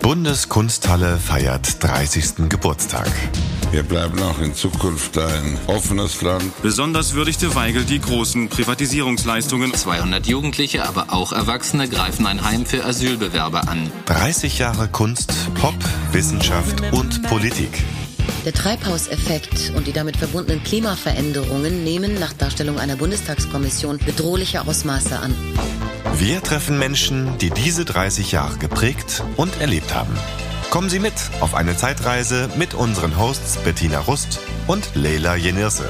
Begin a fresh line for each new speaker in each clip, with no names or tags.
Bundeskunsthalle feiert 30. Geburtstag.
Wir bleiben auch in Zukunft ein offenes Land.
Besonders würdigte Weigel die großen Privatisierungsleistungen.
200 Jugendliche, aber auch Erwachsene greifen ein Heim für Asylbewerber an.
30 Jahre Kunst, Pop, Wissenschaft und Politik.
Der Treibhauseffekt und die damit verbundenen Klimaveränderungen nehmen nach Darstellung einer Bundestagskommission bedrohliche Ausmaße an.
Wir treffen Menschen, die diese 30 Jahre geprägt und erlebt haben. Kommen Sie mit auf eine Zeitreise mit unseren Hosts Bettina Rust und Leila Jenirse.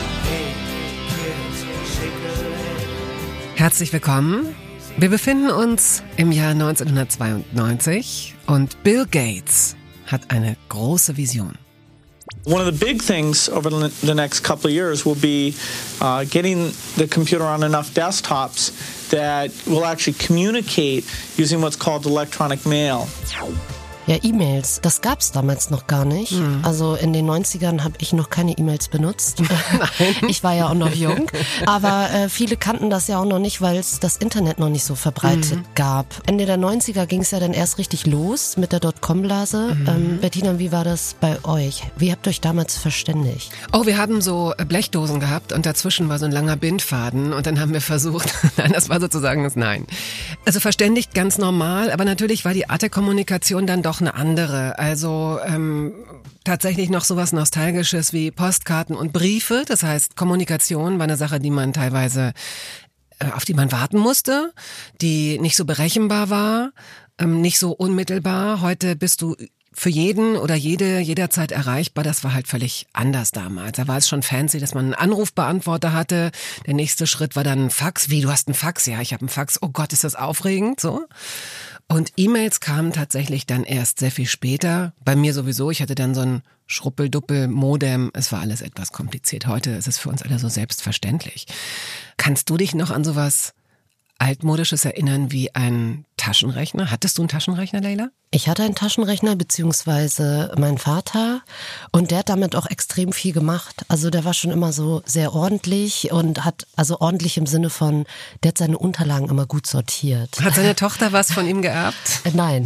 Herzlich willkommen. Wir befinden uns im Jahr 1992 und Bill Gates hat eine große Vision.
One of the big things over the next couple of years will be getting the computer on enough desktops that will actually communicate using what's called electronic mail.
Ja, E-Mails, das gab's damals noch gar nicht. Also in den 90ern habe ich noch keine E-Mails benutzt. Nein. Ich war ja auch noch jung. Aber viele kannten das ja auch noch nicht, weil es das Internet noch nicht so verbreitet gab. Ende der 90er ging es ja dann erst richtig los mit der Dotcom-Blase. Bettina, wie war das bei euch? Wie habt ihr euch damals verständigt?
Oh, wir haben so Blechdosen gehabt und dazwischen war so ein langer Bindfaden und dann haben wir versucht, nein, das war sozusagen das Nein. Also verständigt ganz normal, aber natürlich war die Art der Kommunikation dann doch eine andere. Also tatsächlich noch sowas Nostalgisches wie Postkarten und Briefe. Das heißt, Kommunikation war eine Sache, die man teilweise, auf die man warten musste, die nicht so berechenbar war, nicht so unmittelbar. Heute bist du für jeden oder jederzeit erreichbar. Das war halt völlig anders damals. Da war es schon fancy, dass man einen Anrufbeantworter hatte. Der nächste Schritt war dann ein Fax. Wie, du hast einen Fax? Ja, ich habe einen Fax. Oh Gott, ist das aufregend, so. Und E-Mails kamen tatsächlich dann erst sehr viel später. Bei mir sowieso. Ich hatte dann so ein Schruppeldupple-Modem. Es war alles etwas kompliziert. Heute ist es für uns alle so selbstverständlich. Kannst du dich noch an sowas Altmodisches erinnern wie ein Taschenrechner? Hattest du einen Taschenrechner, Leila?
Ich hatte einen Taschenrechner, beziehungsweise mein Vater, und der hat damit auch extrem viel gemacht. Also der war schon immer so sehr ordentlich und hat, also ordentlich im Sinne von, der hat seine Unterlagen immer gut sortiert.
Hat seine Tochter was von ihm geerbt?
Nein.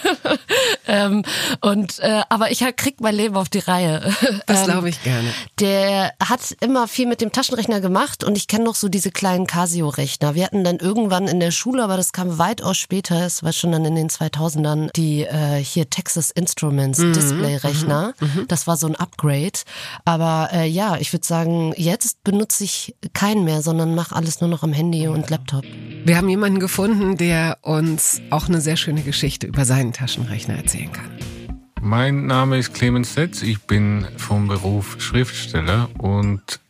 Aber ich krieg mein Leben auf die Reihe.
Das glaube ich gerne.
Der hat immer viel mit dem Taschenrechner gemacht und ich kenne noch so diese kleinen Casio-Rechner. Wir hatten dann irgendwann in der Schule, aber das kam weitaus später, es war schon dann in den 2000ern, die hier Texas Instruments Display-Rechner. Das war so ein Upgrade. Aber ich würde sagen, jetzt benutze ich keinen mehr, sondern mache alles nur noch am Handy und Laptop.
Wir haben jemanden gefunden, der uns auch eine sehr schöne Geschichte über seinen Taschenrechner erzählen kann.
Mein Name ist Clemens Setz, ich bin vom Beruf Schriftsteller und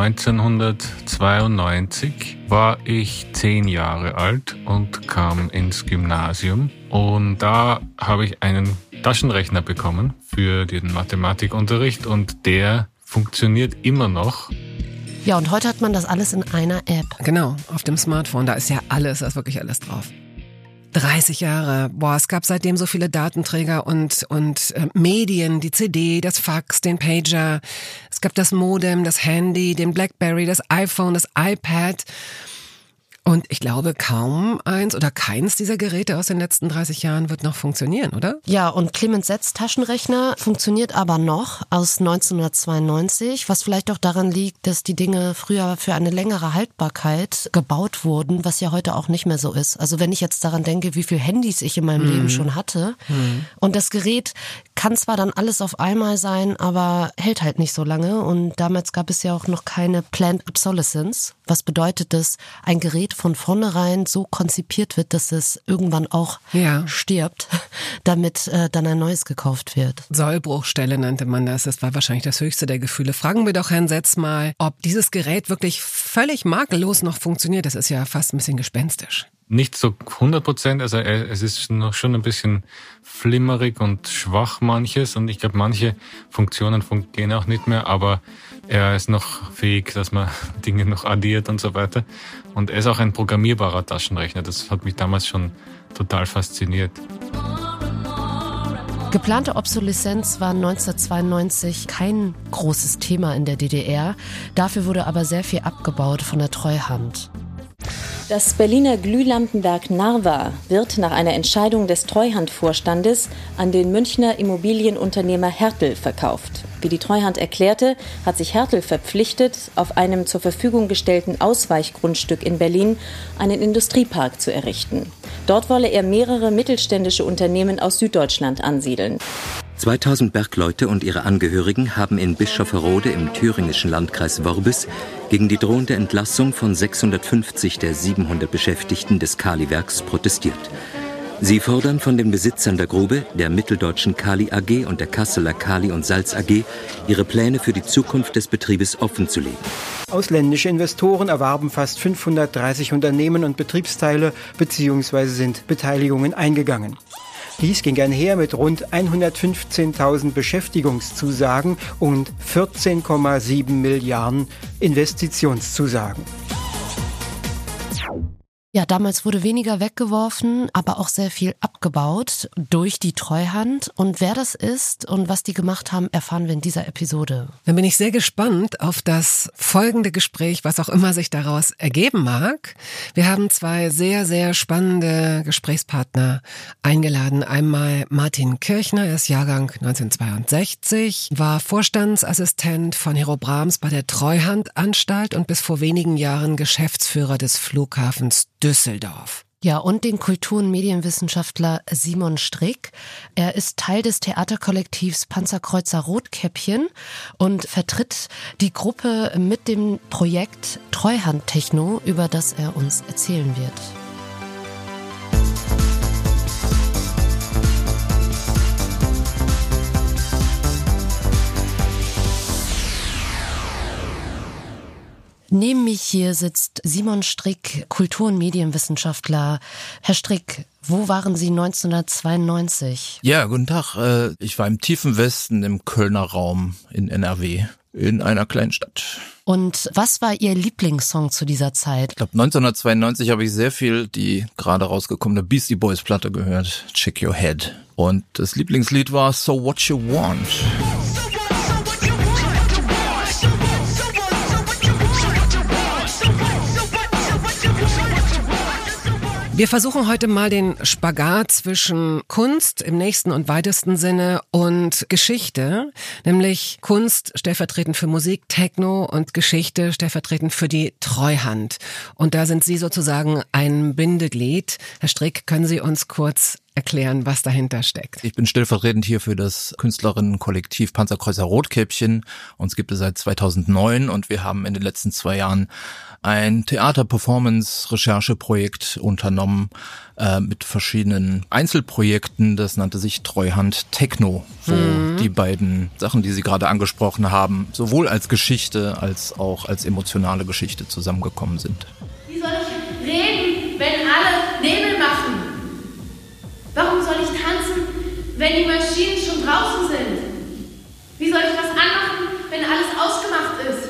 1992 war ich 10 Jahre alt und kam ins Gymnasium. Und da habe ich einen Taschenrechner bekommen für den Mathematikunterricht und der funktioniert immer noch.
Ja, und heute hat man das alles in einer App.
Genau, auf dem Smartphone, da ist ja alles, da ist wirklich alles drauf. 30 Jahre, es gab seitdem so viele Datenträger und Medien, die CD, das Fax, den Pager, es gab das Modem, das Handy, den Blackberry, das iPhone, das iPad. Und ich glaube, kaum eins oder keins dieser Geräte aus den letzten 30 Jahren wird noch funktionieren, oder?
Ja, und Clemens Setz Taschenrechner funktioniert aber noch aus 1992, was vielleicht auch daran liegt, dass die Dinge früher für eine längere Haltbarkeit gebaut wurden, was ja heute auch nicht mehr so ist. Also wenn ich jetzt daran denke, wie viele Handys ich in meinem Leben schon hatte und das Gerät kann zwar dann alles auf einmal sein, aber hält halt nicht so lange und damals gab es ja auch noch keine Planned Obsolescence. Was bedeutet das? Ein Gerät von vornherein so konzipiert wird, dass es irgendwann auch stirbt, damit dann ein neues gekauft wird.
Sollbruchstelle nannte man das. Das war wahrscheinlich das höchste der Gefühle. Fragen wir doch Herrn Setz mal, ob dieses Gerät wirklich völlig makellos noch funktioniert. Das ist ja fast ein bisschen gespenstisch.
Nicht so 100%, also es ist noch schon ein bisschen flimmerig und schwach manches und ich glaube manche Funktionen gehen auch nicht mehr, aber er ist noch fähig, dass man Dinge noch addiert und so weiter. Und er ist auch ein programmierbarer Taschenrechner, das hat mich damals schon total fasziniert.
Geplante Obsoleszenz war 1992 kein großes Thema in der DDR, dafür wurde aber sehr viel abgebaut von der Treuhand.
Das Berliner Glühlampenwerk Narva wird nach einer Entscheidung des Treuhand-Vorstandes an den Münchner Immobilienunternehmer Hertel verkauft. Wie die Treuhand erklärte, hat sich Hertel verpflichtet, auf einem zur Verfügung gestellten Ausweichgrundstück in Berlin einen Industriepark zu errichten. Dort wolle er mehrere mittelständische Unternehmen aus Süddeutschland ansiedeln.
2000 Bergleute und ihre Angehörigen haben in Bischofferode im thüringischen Landkreis Worbis gegen die drohende Entlassung von 650 der 700 Beschäftigten des Kaliwerks protestiert. Sie fordern von den Besitzern der Grube, der Mitteldeutschen Kali AG und der Kasseler Kali- und Salz AG, ihre Pläne für die Zukunft des Betriebes offenzulegen.
Ausländische Investoren erwarben fast 530 Unternehmen und Betriebsteile bzw. sind Beteiligungen eingegangen. Dies ging einher mit rund 115.000 Beschäftigungszusagen und 14,7 Milliarden Investitionszusagen.
Ja, damals wurde weniger weggeworfen, aber auch sehr viel abgebaut durch die Treuhand. Und wer das ist und was die gemacht haben, erfahren wir in dieser Episode.
Dann bin ich sehr gespannt auf das folgende Gespräch, was auch immer sich daraus ergeben mag. Wir haben zwei sehr, sehr spannende Gesprächspartner eingeladen. Einmal Martin Kirchner, er ist Jahrgang 1962, war Vorstandsassistent von Hero Brahms bei der Treuhandanstalt und bis vor wenigen Jahren Geschäftsführer des Flughafens Düsseldorf.
Ja, und den Kultur- und Medienwissenschaftler Simon Strick. Er ist Teil des Theaterkollektivs Panzerkreuzer Rotkäppchen und vertritt die Gruppe mit dem Projekt Treuhand Techno, über das er uns erzählen wird. Neben mich hier sitzt Simon Strick, Kultur- und Medienwissenschaftler. Herr Strick, wo waren Sie 1992?
Ja, guten Tag. Ich war im tiefen Westen im Kölner Raum in NRW, in einer kleinen Stadt.
Und was war Ihr Lieblingssong zu dieser Zeit?
Ich glaube, 1992 habe ich sehr viel die gerade rausgekommene Beastie Boys Platte gehört, Check Your Head. Und das Lieblingslied war So What You Want.
Wir versuchen heute mal den Spagat zwischen Kunst im nächsten und weitesten Sinne und Geschichte, nämlich Kunst stellvertretend für Musik, Techno und Geschichte stellvertretend für die Treuhand. Und da sind Sie sozusagen ein Bindeglied. Herr Strick, können Sie uns kurz erklären, was dahinter steckt? Ich
bin stellvertretend hier für das Künstlerinnenkollektiv Panzerkreuzer Rotkäppchen. Uns gibt es seit 2009 und wir haben in den letzten 2 Jahren ein Theater-Performance-Rechercheprojekt unternommen mit verschiedenen Einzelprojekten. Das nannte sich Treuhand Techno, wo die beiden Sachen, die Sie gerade angesprochen haben, sowohl als Geschichte als auch als emotionale Geschichte zusammengekommen sind.
Wie soll ich reden, wenn alle Nebel machen? Warum soll ich tanzen, wenn die Maschinen schon draußen sind? Wie soll ich was anmachen, wenn alles ausgemacht ist?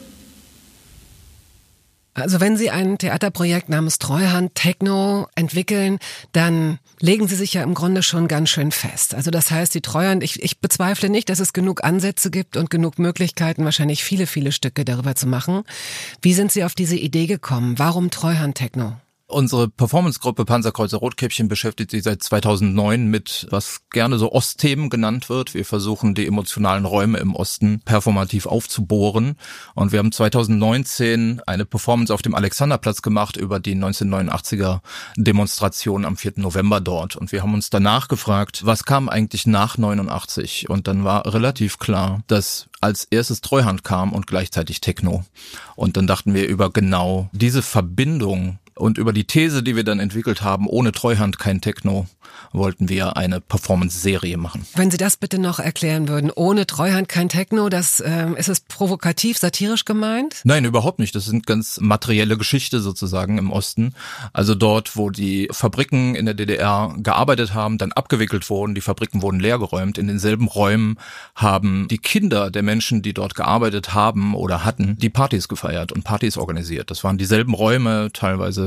Also wenn Sie ein Theaterprojekt namens Treuhand Techno entwickeln, dann legen Sie sich ja im Grunde schon ganz schön fest. Also das heißt, die Treuhand, ich bezweifle nicht, dass es genug Ansätze gibt und genug Möglichkeiten, wahrscheinlich viele, viele Stücke darüber zu machen. Wie sind Sie auf diese Idee gekommen? Warum Treuhand Techno?
Unsere Performance-Gruppe Panzerkreuzer Rotkäppchen beschäftigt sich seit 2009 mit, was gerne so Ostthemen genannt wird. Wir versuchen, die emotionalen Räume im Osten performativ aufzubohren. Und wir haben 2019 eine Performance auf dem Alexanderplatz gemacht über die 1989er Demonstration am 4. November dort. Und wir haben uns danach gefragt, was kam eigentlich nach 89? Und dann war relativ klar, dass als erstes Treuhand kam und gleichzeitig Techno. Und dann dachten wir über genau diese Verbindung und über die These, die wir dann entwickelt haben, ohne Treuhand kein Techno, wollten wir eine Performance-Serie machen.
Wenn Sie das bitte noch erklären würden, ohne Treuhand kein Techno, das ist es provokativ, satirisch gemeint?
Nein, überhaupt nicht. Das sind ganz materielle Geschichte sozusagen im Osten. Also dort, wo die Fabriken in der DDR gearbeitet haben, dann abgewickelt wurden, die Fabriken wurden leergeräumt. In denselben Räumen haben die Kinder der Menschen, die dort gearbeitet haben oder hatten, die Partys gefeiert und Partys organisiert. Das waren dieselben Räume, teilweise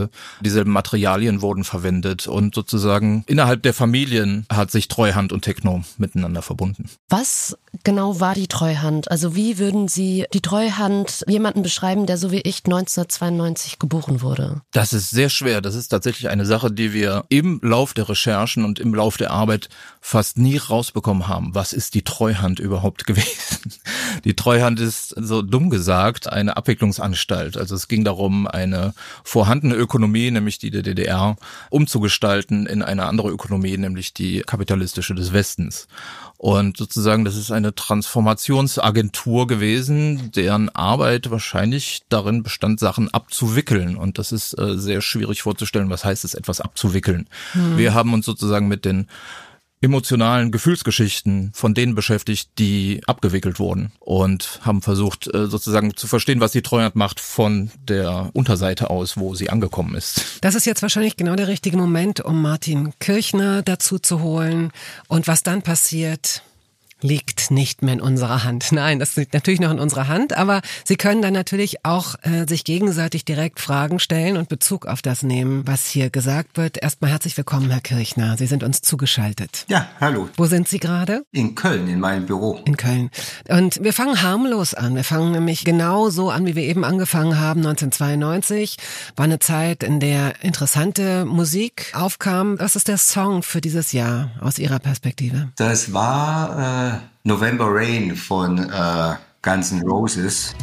Prozesse, dieselben Materialien wurden verwendet und sozusagen innerhalb der Familien hat sich Treuhand und Techno miteinander verbunden.
Was genau war die Treuhand? Also wie würden Sie die Treuhand jemanden beschreiben, der so wie ich 1992 geboren wurde?
Das ist sehr schwer. Das ist tatsächlich eine Sache, die wir im Lauf der Recherchen und im Lauf der Arbeit fast nie rausbekommen haben. Was ist die Treuhand überhaupt gewesen? Die Treuhand ist, so dumm gesagt, eine Abwicklungsanstalt. Also es ging darum, eine vorhandene Ökonomie, nämlich die der DDR, umzugestalten in eine andere Ökonomie, nämlich die kapitalistische des Westens. Und sozusagen, das ist eine Transformationsagentur gewesen, deren Arbeit wahrscheinlich darin bestand, Sachen abzuwickeln. Und das ist sehr schwierig vorzustellen, was heißt es, etwas abzuwickeln. Wir haben uns sozusagen mit den emotionalen Gefühlsgeschichten von denen beschäftigt, die abgewickelt wurden und haben versucht sozusagen zu verstehen, was die Treuhand macht von der Unterseite aus, wo sie angekommen ist.
Das ist jetzt wahrscheinlich genau der richtige Moment, um Martin Kirchner dazu zu holen. Und was dann passiert, liegt nicht mehr in unserer Hand. Nein, das liegt natürlich noch in unserer Hand, aber Sie können dann natürlich auch sich gegenseitig direkt Fragen stellen und Bezug auf das nehmen, was hier gesagt wird. Erstmal herzlich willkommen, Herr Kirchner. Sie sind uns zugeschaltet.
Ja, hallo.
Wo sind Sie gerade?
In Köln, in meinem Büro.
In Köln. Und wir fangen harmlos an. Wir fangen nämlich genau so an, wie wir eben angefangen haben, 1992. War eine Zeit, in der interessante Musik aufkam. Was ist der Song für dieses Jahr aus Ihrer Perspektive?
Das war November Rain von Guns N' Roses.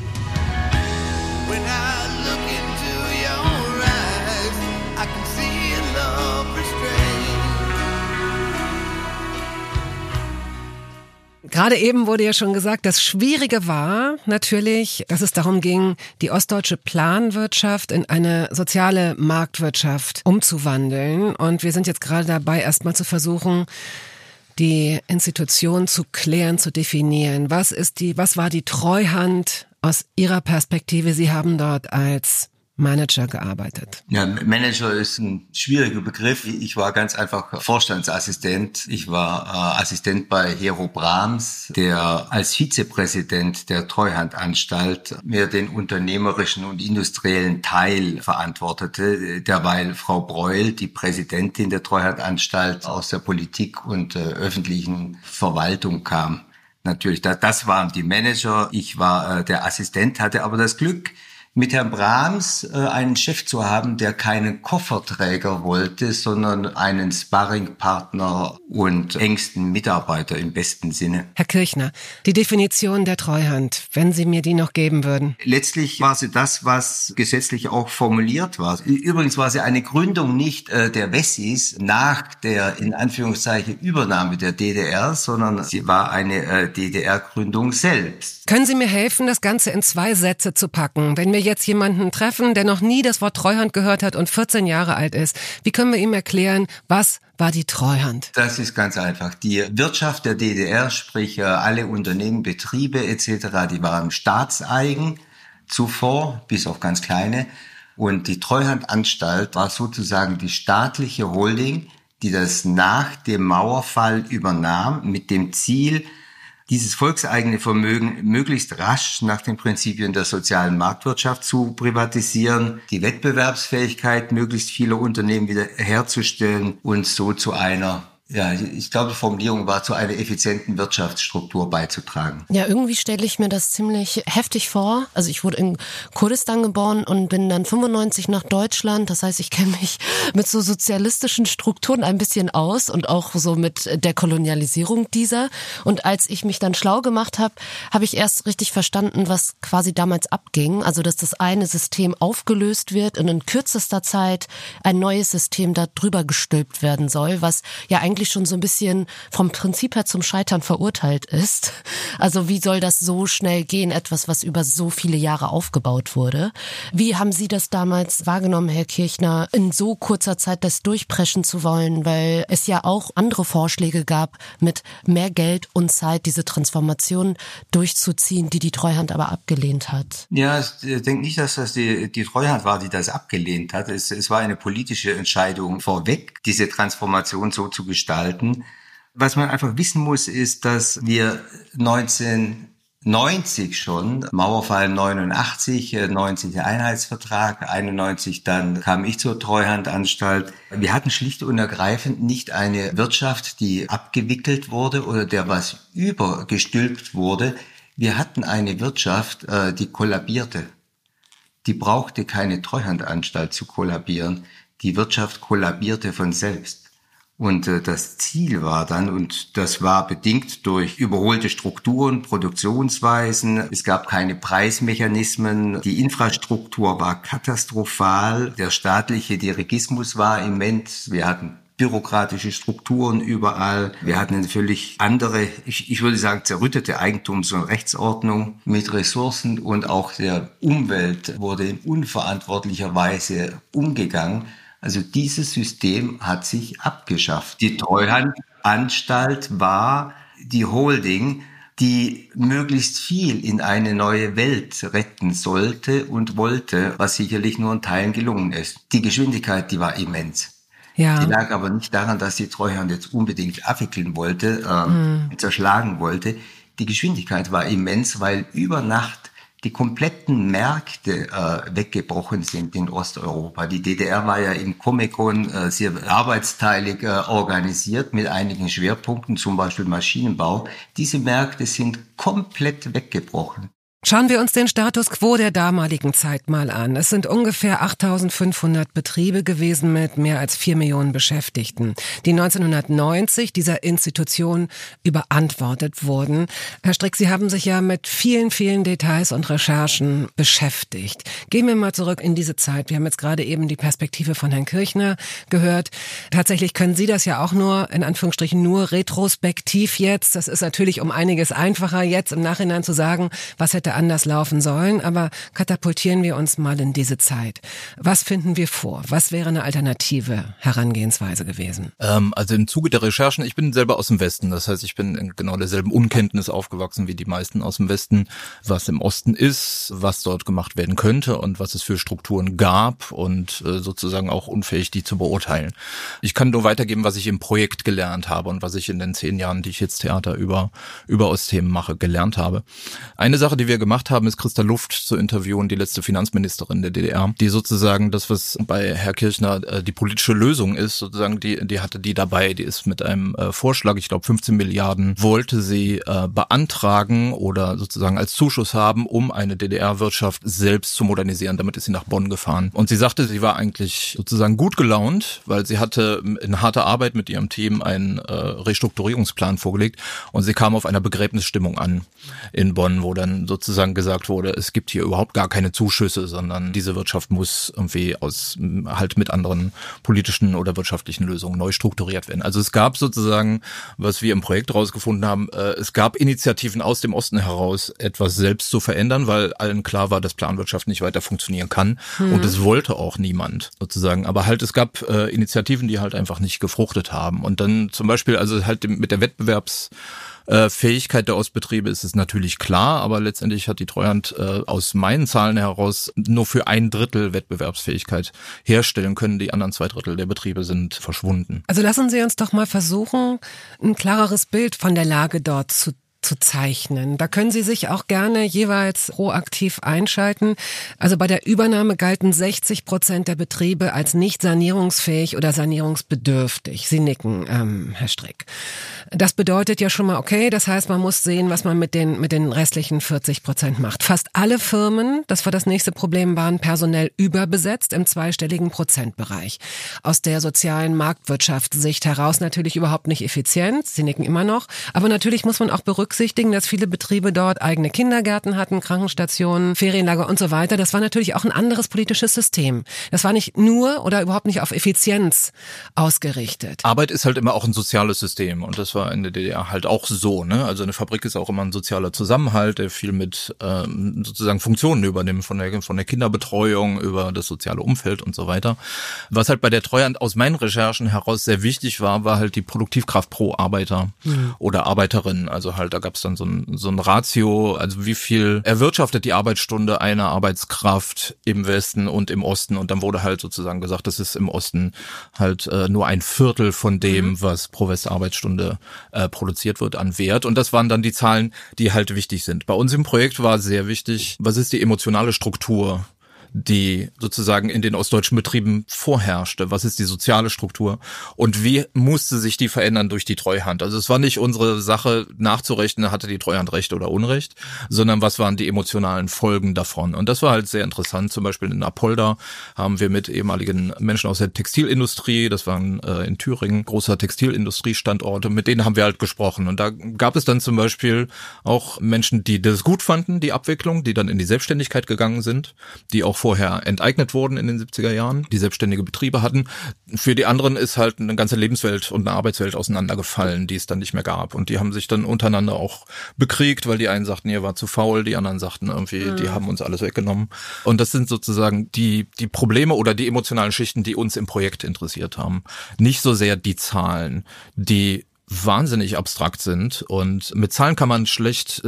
Gerade eben wurde ja schon gesagt, das Schwierige war natürlich, dass es darum ging, die ostdeutsche Planwirtschaft in eine soziale Marktwirtschaft umzuwandeln. Und wir sind jetzt gerade dabei, erstmal zu versuchen, die Institution zu klären, zu definieren. Was war die Treuhand aus Ihrer Perspektive? Sie haben dort als Manager gearbeitet.
Ja, Manager ist ein schwieriger Begriff. Ich war ganz einfach Vorstandsassistent. Ich war Assistent bei Hero Brahms, der als Vizepräsident der Treuhandanstalt mir den unternehmerischen und industriellen Teil verantwortete, derweil Frau Breuel, die Präsidentin der Treuhandanstalt, aus der Politik und öffentlichen Verwaltung kam. Natürlich, das waren die Manager. Ich war der Assistent, hatte aber das Glück, mit Herrn Brahms einen Chef zu haben, der keinen Kofferträger wollte, sondern einen Sparringpartner und engsten Mitarbeiter im besten Sinne.
Herr Kirchner, die Definition der Treuhand, wenn Sie mir die noch geben würden.
Letztlich war sie das, was gesetzlich auch formuliert war. Übrigens war sie eine Gründung nicht der Wessis nach der, in Anführungszeichen, Übernahme der DDR, sondern sie war eine DDR-Gründung selbst.
Können Sie mir helfen, das Ganze in 2 Sätze zu packen? Wenn wir jetzt jemanden treffen, der noch nie das Wort Treuhand gehört hat und 14 Jahre alt ist, wie können wir ihm erklären, was war die Treuhand?
Das ist ganz einfach. Die Wirtschaft der DDR, sprich alle Unternehmen, Betriebe etc., die waren staatseigen zuvor, bis auf ganz kleine. Und die Treuhandanstalt war sozusagen die staatliche Holding, die das nach dem Mauerfall übernahm, mit dem Ziel, dieses volkseigene Vermögen möglichst rasch nach den Prinzipien der sozialen Marktwirtschaft zu privatisieren, die Wettbewerbsfähigkeit möglichst vieler Unternehmen wieder herzustellen und so zu einer, ja, ich glaube, die Formulierung war, zu einer effizienten Wirtschaftsstruktur beizutragen.
Ja, irgendwie stelle ich mir das ziemlich heftig vor. Also ich wurde in Kurdistan geboren und bin dann 95 nach Deutschland. Das heißt, ich kenne mich mit so sozialistischen Strukturen ein bisschen aus und auch so mit der Kolonialisierung dieser. Und als ich mich dann schlau gemacht habe, habe ich erst richtig verstanden, was quasi damals abging. Also dass das eine System aufgelöst wird und in kürzester Zeit ein neues System da drüber gestülpt werden soll, was ja eigentlich schon so ein bisschen vom Prinzip her zum Scheitern verurteilt ist. Also wie soll das so schnell gehen, etwas, was über so viele Jahre aufgebaut wurde? Wie haben Sie das damals wahrgenommen, Herr Kirchner, in so kurzer Zeit das durchpreschen zu wollen? Weil es ja auch andere Vorschläge gab, mit mehr Geld und Zeit diese Transformation durchzuziehen, die Treuhand aber abgelehnt hat.
Ja, ich denke nicht, dass das die Treuhand war, die das abgelehnt hat. Es war eine politische Entscheidung vorweg, diese Transformation so zu gestalten. Was man einfach wissen muss, ist, dass wir 19 90 schon, Mauerfall 89, 90 der Einheitsvertrag, 91 dann kam ich zur Treuhandanstalt. Wir hatten schlicht und ergreifend nicht eine Wirtschaft, die abgewickelt wurde oder der was übergestülpt wurde. Wir hatten eine Wirtschaft, die kollabierte. Die brauchte keine Treuhandanstalt zu kollabieren. Die Wirtschaft kollabierte von selbst. Und das Ziel war dann, und das war bedingt durch überholte Strukturen, Produktionsweisen, es gab keine Preismechanismen, die Infrastruktur war katastrophal, der staatliche Dirigismus war immens, wir hatten bürokratische Strukturen überall, wir hatten eine völlig andere, ich würde sagen zerrüttete Eigentums- und Rechtsordnung mit Ressourcen, und auch der Umwelt wurde in unverantwortlicher Weise umgegangen. Also dieses System hat sich abgeschafft. Die Treuhandanstalt war die Holding, die möglichst viel in eine neue Welt retten sollte und wollte, was sicherlich nur in Teilen gelungen ist. Die Geschwindigkeit, die war immens. Ja. Die lag aber nicht daran, dass die Treuhand jetzt unbedingt abwickeln wollte, zerschlagen wollte. Die Geschwindigkeit war immens, weil über Nacht die kompletten Märkte weggebrochen sind in Osteuropa. Die DDR war ja im Comecon sehr arbeitsteilig organisiert mit einigen Schwerpunkten, zum Beispiel Maschinenbau. Diese Märkte sind komplett weggebrochen.
Schauen wir uns den Status quo der damaligen Zeit mal an. Es sind ungefähr 8.500 Betriebe gewesen mit mehr als 4 Millionen Beschäftigten, die 1990 dieser Institution überantwortet wurden. Herr Strick, Sie haben sich ja mit vielen, vielen Details und Recherchen beschäftigt. Gehen wir mal zurück in diese Zeit. Wir haben jetzt gerade eben die Perspektive von Herrn Kirchner gehört. Tatsächlich können Sie das ja auch nur, in Anführungsstrichen, nur retrospektiv jetzt. Das ist natürlich um einiges einfacher, jetzt im Nachhinein zu sagen, was hätte anders laufen sollen, aber katapultieren wir uns mal in diese Zeit. Was finden wir vor? Was wäre eine alternative Herangehensweise gewesen?
Also im Zuge der Recherchen, ich bin selber aus dem Westen, das heißt, ich bin in genau derselben Unkenntnis aufgewachsen wie die meisten aus dem Westen, was im Osten ist, was dort gemacht werden könnte und was es für Strukturen gab und sozusagen auch unfähig, die zu beurteilen. Ich kann nur weitergeben, was ich im Projekt gelernt habe und was ich in den 10 Jahren, die ich jetzt Theater über Ostthemen mache, gelernt habe. Eine Sache, die wir gemacht haben, ist Christa Luft zu interviewen, die letzte Finanzministerin der DDR, die sozusagen das, was bei Herr Kirchner die politische Lösung ist, sozusagen die hatte die dabei, die ist mit einem Vorschlag, ich glaube 15 Milliarden, wollte sie beantragen oder sozusagen als Zuschuss haben, um eine DDR-Wirtschaft selbst zu modernisieren. Damit ist sie nach Bonn gefahren. Und sie sagte, sie war eigentlich sozusagen gut gelaunt, weil sie hatte in harter Arbeit mit ihrem Team einen Restrukturierungsplan vorgelegt und sie kam auf einer Begräbnisstimmung an in Bonn, wo dann sozusagen gesagt wurde, es gibt hier überhaupt gar keine Zuschüsse, sondern diese Wirtschaft muss irgendwie halt mit anderen politischen oder wirtschaftlichen Lösungen neu strukturiert werden. Also es gab sozusagen, was wir im Projekt rausgefunden haben, es gab Initiativen aus dem Osten heraus, etwas selbst zu verändern, weil allen klar war, dass Planwirtschaft nicht weiter funktionieren kann und es wollte auch niemand sozusagen. Aber halt es gab Initiativen, die halt einfach nicht gefruchtet haben. Und dann zum Beispiel, also halt mit der Wettbewerbsfähigkeit der Ostbetriebe ist es natürlich klar, aber letztendlich hat die Treuhand aus meinen Zahlen heraus nur für 1/3 Wettbewerbsfähigkeit herstellen können. Die anderen 2/3 der Betriebe sind verschwunden.
Also lassen Sie uns doch mal versuchen, ein klareres Bild von der Lage dort zu zeichnen. Da können Sie sich auch gerne jeweils proaktiv einschalten. Also bei der Übernahme galten 60% der Betriebe als nicht sanierungsfähig oder sanierungsbedürftig. Sie nicken, Herr Strick. Das bedeutet ja schon mal, okay, das heißt, man muss sehen, was man mit den restlichen 40% macht. Fast alle Firmen, das war das nächste Problem, waren personell überbesetzt im zweistelligen Prozentbereich. Aus der sozialen Marktwirtschaftssicht heraus natürlich überhaupt nicht effizient. Sie nicken immer noch. Aber natürlich muss man auch berücksichtigen, dass viele Betriebe dort eigene Kindergärten hatten, Krankenstationen, Ferienlager und so weiter. Das war natürlich auch ein anderes politisches System. Das war nicht nur oder überhaupt nicht auf Effizienz ausgerichtet.
Arbeit ist halt immer auch ein soziales System und das war in der DDR halt auch so, ne? Also eine Fabrik ist auch immer ein sozialer Zusammenhalt, der viel mit sozusagen Funktionen übernimmt, von der Kinderbetreuung über das soziale Umfeld und so weiter. Was halt bei der Treuhand aus meinen Recherchen heraus sehr wichtig war halt die Produktivkraft pro Arbeiter oder Arbeiterin. Also halt, da gab es dann so ein Ratio, also wie viel erwirtschaftet die Arbeitsstunde einer Arbeitskraft im Westen und im Osten, und dann wurde halt sozusagen gesagt, das ist im Osten halt nur ein Viertel von dem, was pro Arbeitsstunde produziert wird an Wert, und das waren dann die Zahlen, die halt wichtig sind. Bei uns im Projekt war sehr wichtig, was ist die emotionale Struktur, die sozusagen in den ostdeutschen Betrieben vorherrschte. Was ist die soziale Struktur und wie musste sich die verändern durch die Treuhand? Also es war nicht unsere Sache nachzurechnen, hatte die Treuhand Recht oder Unrecht, sondern was waren die emotionalen Folgen davon? Und das war halt sehr interessant. Zum Beispiel in Apolda haben wir mit ehemaligen Menschen aus der Textilindustrie, das waren in Thüringen großer Textilindustriestandorte, mit denen haben wir halt gesprochen. Und da gab es dann zum Beispiel auch Menschen, die das gut fanden, die Abwicklung, die dann in die Selbstständigkeit gegangen sind, die auch vorher enteignet wurden in den 70er Jahren, die selbstständige Betriebe hatten. Für die anderen ist halt eine ganze Lebenswelt und eine Arbeitswelt auseinandergefallen, die es dann nicht mehr gab. Und die haben sich dann untereinander auch bekriegt, weil die einen sagten, ihr war zu faul, die anderen sagten irgendwie, die haben uns alles weggenommen. Und das sind sozusagen die Probleme oder die emotionalen Schichten, die uns im Projekt interessiert haben. Nicht so sehr die Zahlen, die wahnsinnig abstrakt sind, und mit Zahlen kann man schlecht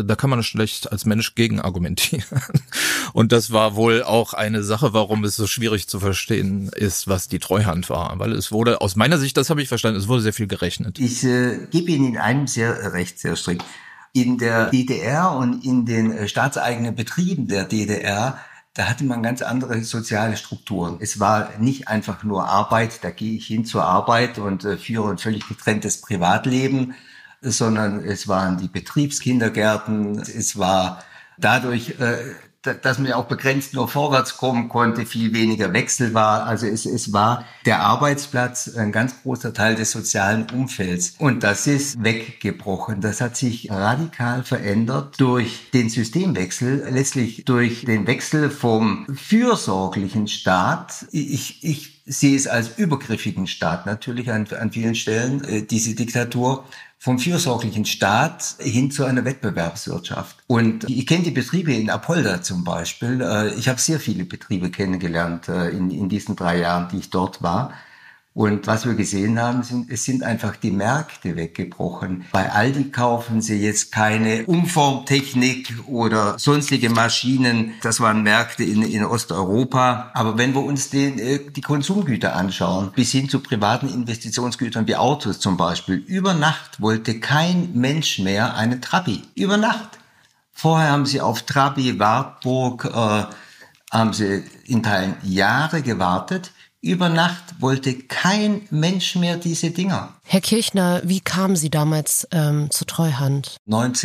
als Mensch gegen argumentieren. Und das war wohl auch eine Sache, warum es so schwierig zu verstehen ist, was die Treuhand war. Weil es wurde, aus meiner Sicht, das habe ich verstanden, es wurde sehr viel gerechnet.
Ich gebe Ihnen in einem sehr strikt. In der DDR und in den staatseigenen Betrieben der DDR, da hatte man ganz andere soziale Strukturen. Es war nicht einfach nur Arbeit, da gehe ich hin zur Arbeit und führe ein völlig getrenntes Privatleben, sondern es waren die Betriebskindergärten, es war dadurch, dass man ja auch begrenzt nur vorwärts kommen konnte, viel weniger Wechsel war. Also es war der Arbeitsplatz ein ganz großer Teil des sozialen Umfelds. Und das ist weggebrochen. Das hat sich radikal verändert durch den Systemwechsel, letztlich durch den Wechsel vom fürsorglichen Staat. Ich sehe es als übergriffigen Staat natürlich an vielen Stellen, diese Diktatur, vom fürsorglichen Staat hin zu einer Wettbewerbswirtschaft. Und ich kenne die Betriebe in Apolda zum Beispiel. Ich habe sehr viele Betriebe kennengelernt in diesen 3 Jahren, die ich dort war. Und was wir gesehen haben, es sind einfach die Märkte weggebrochen. Bei Aldi kaufen sie jetzt keine Umformtechnik oder sonstige Maschinen. Das waren Märkte in Osteuropa. Aber wenn wir uns die Konsumgüter anschauen, bis hin zu privaten Investitionsgütern wie Autos zum Beispiel, über Nacht wollte kein Mensch mehr einen Trabi. Über Nacht. Vorher haben sie auf Trabi, Wartburg, haben sie in Teilen Jahre gewartet. Über Nacht wollte kein Mensch mehr diese Dinger.
Herr Kirchner, wie kamen Sie damals zur Treuhand?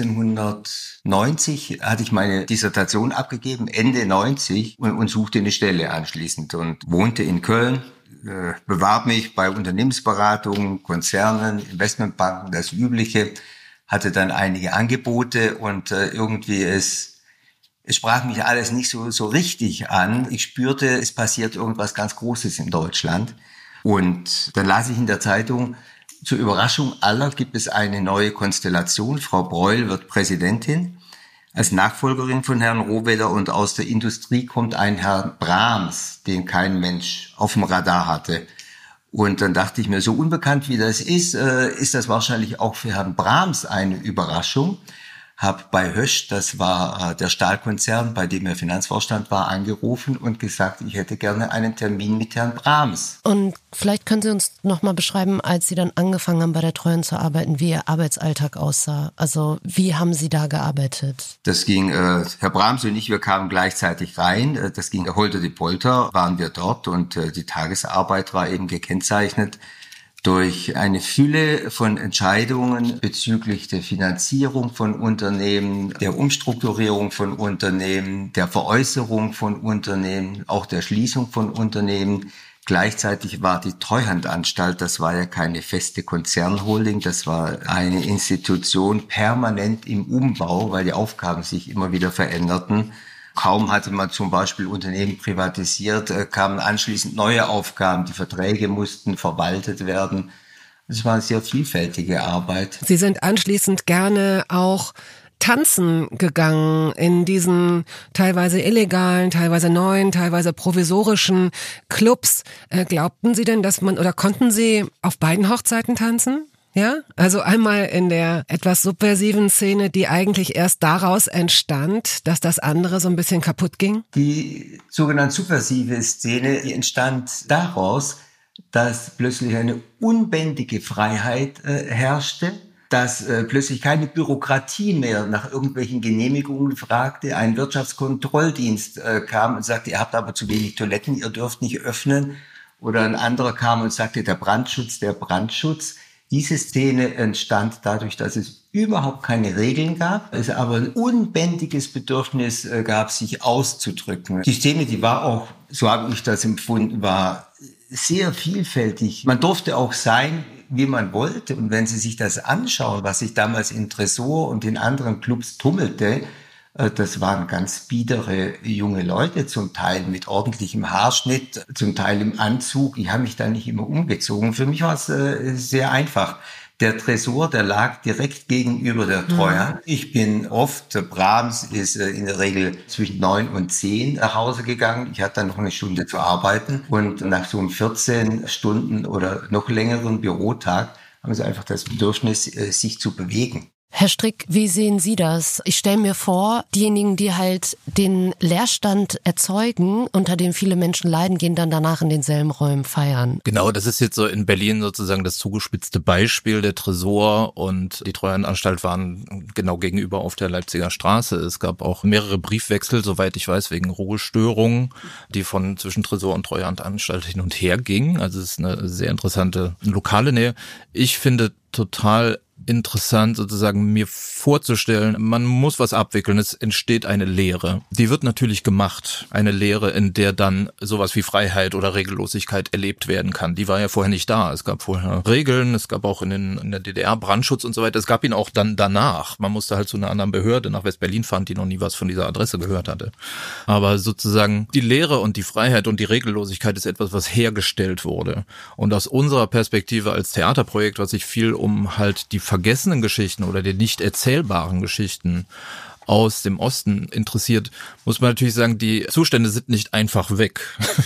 1990 hatte ich meine Dissertation abgegeben, Ende 90, und suchte eine Stelle anschließend und wohnte in Köln, bewarb mich bei Unternehmensberatungen, Konzernen, Investmentbanken, das Übliche, hatte dann einige Angebote und irgendwie es sprach mich alles nicht so richtig an. Ich spürte, es passiert irgendwas ganz Großes in Deutschland. Und dann las ich in der Zeitung, zur Überraschung aller gibt es eine neue Konstellation. Frau Breul wird Präsidentin als Nachfolgerin von Herrn Rohwedder, und aus der Industrie kommt ein Herr Brahms, den kein Mensch auf dem Radar hatte. Und dann dachte ich mir, so unbekannt wie das ist das wahrscheinlich auch für Herrn Brahms eine Überraschung. Habe bei Hösch, das war der Stahlkonzern, bei dem er Finanzvorstand war, angerufen und gesagt, ich hätte gerne einen Termin mit Herrn Brahms.
Und vielleicht können Sie uns noch mal beschreiben, als Sie dann angefangen haben, bei der Treuhand zu arbeiten, wie Ihr Arbeitsalltag aussah. Also wie haben Sie da gearbeitet?
Das ging, Herr Brahms und ich, wir kamen gleichzeitig rein. Das ging holter die Polter, waren wir dort, und die Tagesarbeit war eben gekennzeichnet durch eine Fülle von Entscheidungen bezüglich der Finanzierung von Unternehmen, der Umstrukturierung von Unternehmen, der Veräußerung von Unternehmen, auch der Schließung von Unternehmen. Gleichzeitig war die Treuhandanstalt, das war ja keine feste Konzernholding, das war eine Institution permanent im Umbau, weil die Aufgaben sich immer wieder veränderten. Kaum hatte man zum Beispiel Unternehmen privatisiert, kamen anschließend neue Aufgaben. Die Verträge mussten verwaltet werden. Es war eine sehr vielfältige Arbeit.
Sie sind anschließend gerne auch tanzen gegangen in diesen teilweise illegalen, teilweise neuen, teilweise provisorischen Clubs. Glaubten Sie denn, dass man, oder konnten Sie auf beiden Hochzeiten tanzen? Ja, also einmal in der etwas subversiven Szene, die eigentlich erst daraus entstand, dass das andere so ein bisschen kaputt ging?
Die sogenannte subversive Szene, die entstand daraus, dass plötzlich eine unbändige Freiheit herrschte, dass plötzlich keine Bürokratie mehr nach irgendwelchen Genehmigungen fragte. Ein Wirtschaftskontrolldienst kam und sagte, ihr habt aber zu wenig Toiletten, ihr dürft nicht öffnen. Oder ein anderer kam und sagte, der Brandschutz. Diese Szene entstand dadurch, dass es überhaupt keine Regeln gab, es aber ein unbändiges Bedürfnis gab, sich auszudrücken. Die Szene, die war auch, so habe ich das empfunden, war sehr vielfältig. Man durfte auch sein, wie man wollte. Und wenn Sie sich das anschauen, was sich damals in Tresor und in anderen Clubs tummelte, das waren ganz biedere junge Leute, zum Teil mit ordentlichem Haarschnitt, zum Teil im Anzug. Ich habe mich da nicht immer umgezogen. Für mich war es sehr einfach. Der Tresor, der lag direkt gegenüber der Treuhand. Ich bin oft, Brahms ist in der Regel zwischen 9 und 10 nach Hause gegangen. Ich hatte dann noch eine Stunde zu arbeiten. Und nach so einem 14 Stunden oder noch längeren Bürotag haben sie einfach das Bedürfnis, sich zu bewegen.
Herr Strick, wie sehen Sie das? Ich stelle mir vor, diejenigen, die halt den Leerstand erzeugen, unter dem viele Menschen leiden, gehen dann danach in denselben Räumen feiern.
Genau, das ist jetzt so in Berlin sozusagen das zugespitzte Beispiel. Der Tresor und die Treuhandanstalt waren genau gegenüber auf der Leipziger Straße. Es gab auch mehrere Briefwechsel, soweit ich weiß, wegen Ruhestörungen, die von zwischen Tresor und Treuhandanstalt hin und her gingen. Also es ist eine sehr interessante lokale Nähe. Ich finde total interessant sozusagen mir vorzustellen, man muss was abwickeln, es entsteht eine Lehre. Die wird natürlich gemacht, eine Lehre, in der dann sowas wie Freiheit oder Regellosigkeit erlebt werden kann. Die war ja vorher nicht da. Es gab vorher Regeln, es gab auch in der DDR Brandschutz und so weiter. Es gab ihn auch dann danach. Man musste halt zu einer anderen Behörde nach West-Berlin fahren, die noch nie was von dieser Adresse gehört hatte. Aber sozusagen die Lehre und die Freiheit und die Regellosigkeit ist etwas, was hergestellt wurde. Und aus unserer Perspektive als Theaterprojekt, was sich viel um halt die vergessenen Geschichten oder die nicht erzählbaren Geschichten aus dem Osten interessiert, muss man natürlich sagen, die Zustände sind nicht einfach weg.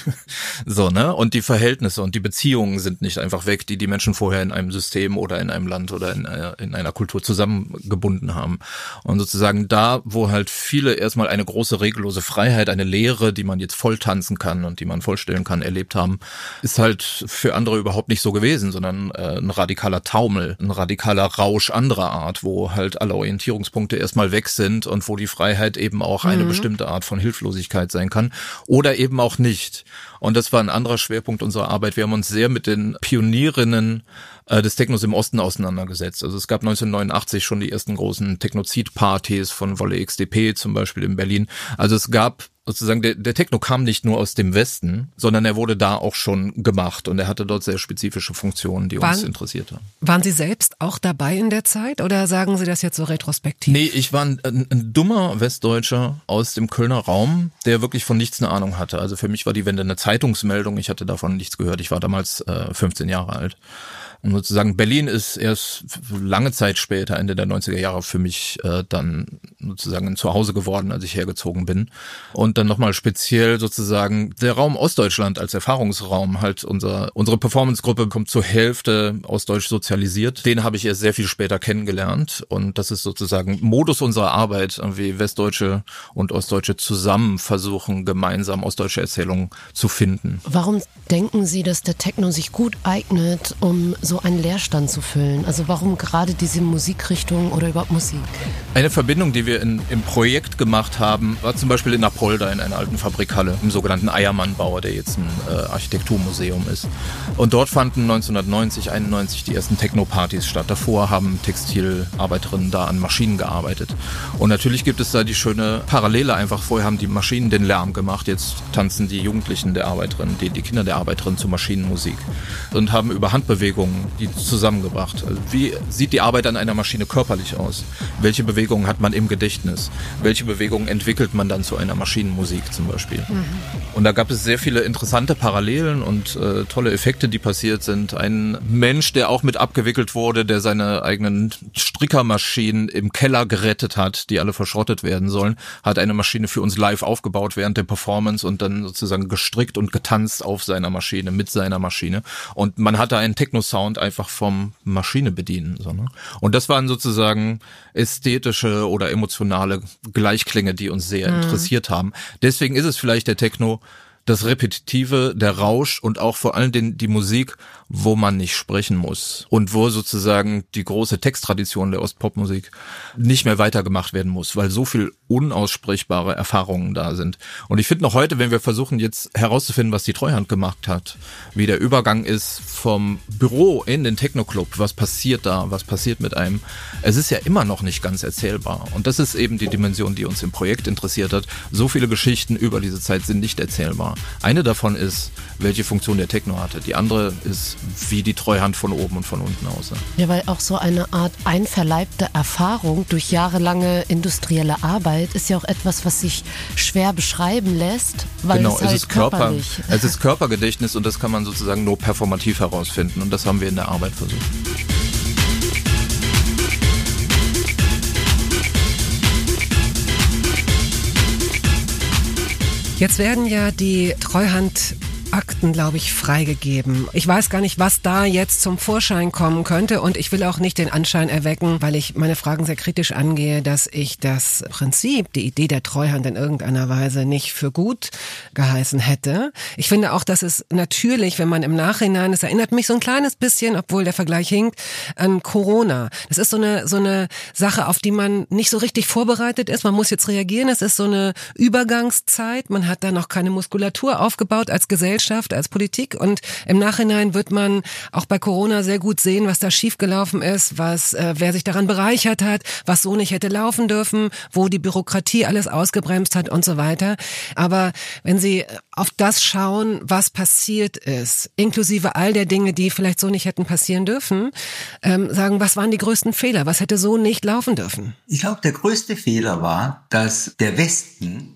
So, ne? Und die Verhältnisse und die Beziehungen sind nicht einfach weg, die Menschen vorher in einem System oder in einem Land oder in einer Kultur zusammengebunden haben. Und sozusagen da, wo halt viele erstmal eine große regellose Freiheit, eine Lehre, die man jetzt voll tanzen kann und die man vollstellen kann, erlebt haben, ist halt für andere überhaupt nicht so gewesen, sondern ein radikaler Taumel, ein radikaler Rausch anderer Art, wo halt alle Orientierungspunkte erstmal weg sind und wo die Freiheit eben auch eine bestimmte Art von Hilflosigkeit sein kann oder eben auch nicht. Und das war ein anderer Schwerpunkt unserer Arbeit. Wir haben uns sehr mit den Pionierinnen des Technos im Osten auseinandergesetzt. Also es gab 1989 schon die ersten großen Technozid-Partys von Wolle XDP zum Beispiel in Berlin. Also es gab sozusagen, der Techno kam nicht nur aus dem Westen, sondern er wurde da auch schon gemacht und er hatte dort sehr spezifische Funktionen, die uns interessiert haben.
Waren Sie selbst auch dabei in der Zeit oder sagen Sie das jetzt so retrospektiv?
Nee, ich war ein dummer Westdeutscher aus dem Kölner Raum, der wirklich von nichts eine Ahnung hatte. Also für mich war die Wende eine Zeitungsmeldung, ich hatte davon nichts gehört. Ich war damals 15 Jahre alt. Und sozusagen Berlin ist erst lange Zeit später, Ende der 90er Jahre, für mich dann sozusagen ein Zuhause geworden, als ich hergezogen bin. Und dann nochmal speziell sozusagen der Raum Ostdeutschland als Erfahrungsraum, halt unsere Performance-Gruppe kommt zur Hälfte ostdeutsch sozialisiert. Den habe ich erst sehr viel später kennengelernt. Und das ist sozusagen Modus unserer Arbeit, wie Westdeutsche und Ostdeutsche zusammen versuchen, gemeinsam ostdeutsche Erzählungen zu finden.
Warum denken Sie, dass der Techno sich gut eignet, um so einen Leerstand zu füllen? Also warum gerade diese Musikrichtung oder überhaupt Musik?
Eine Verbindung, die wir im Projekt gemacht haben, war zum Beispiel in Apolda in einer alten Fabrikhalle, im sogenannten Eiermann-Bauer, der jetzt ein Architekturmuseum ist. Und dort fanden 1990, 91 die ersten Techno-Partys statt. Davor haben Textilarbeiterinnen da an Maschinen gearbeitet. Und natürlich gibt es da die schöne Parallele einfach. Vorher haben die Maschinen den Lärm gemacht, jetzt tanzen die Jugendlichen der Arbeiterinnen, die Kinder der Arbeiterinnen zu Maschinenmusik und haben über Handbewegungen die zusammengebracht. Also wie sieht die Arbeit an einer Maschine körperlich aus? Welche Bewegungen hat man im Gedächtnis? Welche Bewegungen entwickelt man dann zu einer Maschinenmusik zum Beispiel? Und da gab es sehr viele interessante Parallelen und tolle Effekte, die passiert sind. Ein Mensch, der auch mit abgewickelt wurde, der seine eigenen Strickermaschinen im Keller gerettet hat, die alle verschrottet werden sollen, hat eine Maschine für uns live aufgebaut während der Performance und dann sozusagen gestrickt und getanzt auf seiner Maschine, mit seiner Maschine. Und man hatte einen Techno-Sound Sound einfach vom Maschine bedienen. So, ne? Und das waren sozusagen ästhetische oder emotionale Gleichklänge, die uns sehr interessiert haben. Deswegen ist es vielleicht der Techno, das Repetitive, der Rausch und auch vor allem die Musik, wo man nicht sprechen muss und wo sozusagen die große Texttradition der Ostpopmusik nicht mehr weitergemacht werden muss, weil so viel unaussprechbare Erfahrungen da sind. Und ich finde noch heute, wenn wir versuchen jetzt herauszufinden, was die Treuhand gemacht hat, wie der Übergang ist vom Büro in den Techno-Club, was passiert da, was passiert mit einem, es ist ja immer noch nicht ganz erzählbar. Und das ist eben die Dimension, die uns im Projekt interessiert hat. So viele Geschichten über diese Zeit sind nicht erzählbar. Eine davon ist, welche Funktion der Techno hatte. Die andere ist, wie die Treuhand von oben und von unten aussah.
Ja, weil auch so eine Art einverleibte Erfahrung durch jahrelange industrielle Arbeit ist ja auch etwas, was sich schwer beschreiben lässt, weil
genau,
es halt körperlich...
Es ist Körpergedächtnis und das kann man sozusagen nur performativ herausfinden und das haben wir in der Arbeit versucht.
Jetzt werden ja die Treuhandakten, glaube ich, freigegeben. Ich weiß gar nicht, was da jetzt zum Vorschein kommen könnte und ich will auch nicht den Anschein erwecken, weil ich meine Fragen sehr kritisch angehe, dass ich das Prinzip, die Idee der Treuhand in irgendeiner Weise nicht für gut geheißen hätte. Ich finde auch, dass es natürlich, wenn man im Nachhinein, es erinnert mich so ein kleines bisschen, obwohl der Vergleich hinkt, an Corona. Das ist so eine Sache, auf die man nicht so richtig vorbereitet ist. Man muss jetzt reagieren. Es ist so eine Übergangszeit. Man hat da noch keine Muskulatur aufgebaut als Gesellschaft, als Politik und im Nachhinein wird man auch bei Corona sehr gut sehen, was da schiefgelaufen ist, wer sich daran bereichert hat, was so nicht hätte laufen dürfen, wo die Bürokratie alles ausgebremst hat und so weiter. Aber wenn Sie auf das schauen, was passiert ist, inklusive all der Dinge, die vielleicht so nicht hätten passieren dürfen, sagen, was waren die größten Fehler? Was hätte so nicht laufen dürfen?
Ich glaube, der größte Fehler war, dass der Westen,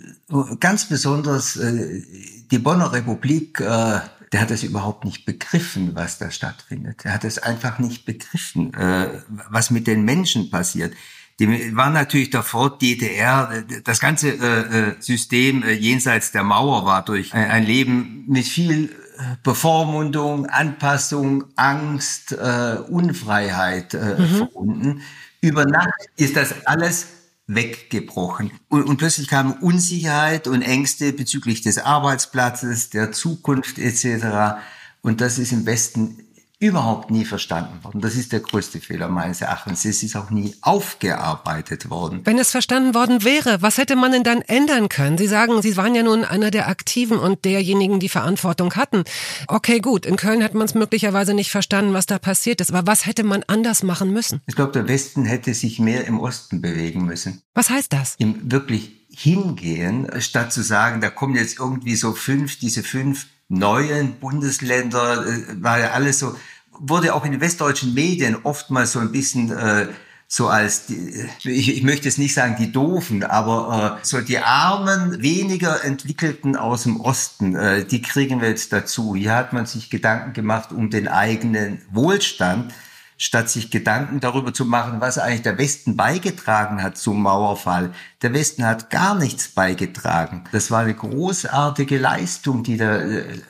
ganz besonders die Bonner Republik, der hat es überhaupt nicht begriffen, was da stattfindet. Er hat es einfach nicht begriffen, was mit den Menschen passiert. Die waren natürlich davor DDR, das ganze System jenseits der Mauer war durch ein Leben mit viel Bevormundung, Anpassung, Angst, Unfreiheit verbunden. Über Nacht ist das alles weggebrochen. Und plötzlich kam Unsicherheit und Ängste bezüglich des Arbeitsplatzes, der Zukunft etc. Und das ist im Westen überhaupt nie verstanden worden. Das ist der größte Fehler meines Erachtens. Es ist auch nie aufgearbeitet worden.
Wenn es verstanden worden wäre, was hätte man denn dann ändern können? Sie sagen, Sie waren ja nun einer der Aktiven und derjenigen, die Verantwortung hatten. Okay, gut, in Köln hat man es möglicherweise nicht verstanden, was da passiert ist. Aber was hätte man anders machen müssen?
Ich glaube, der Westen hätte sich mehr im Osten bewegen müssen.
Was heißt das?
Im wirklich hingehen, statt zu sagen, da kommen jetzt irgendwie so diese fünf neuen Bundesländer, war ja alles so, wurde auch in den westdeutschen Medien oftmals so ein bisschen so als, ich möchte jetzt nicht sagen die Doofen, aber so die armen, weniger entwickelten aus dem Osten, die kriegen wir jetzt dazu. Hier hat man sich Gedanken gemacht um den eigenen Wohlstand, statt sich Gedanken darüber zu machen, was eigentlich der Westen beigetragen hat zum Mauerfall. Der Westen hat gar nichts beigetragen. Das war eine großartige Leistung, die da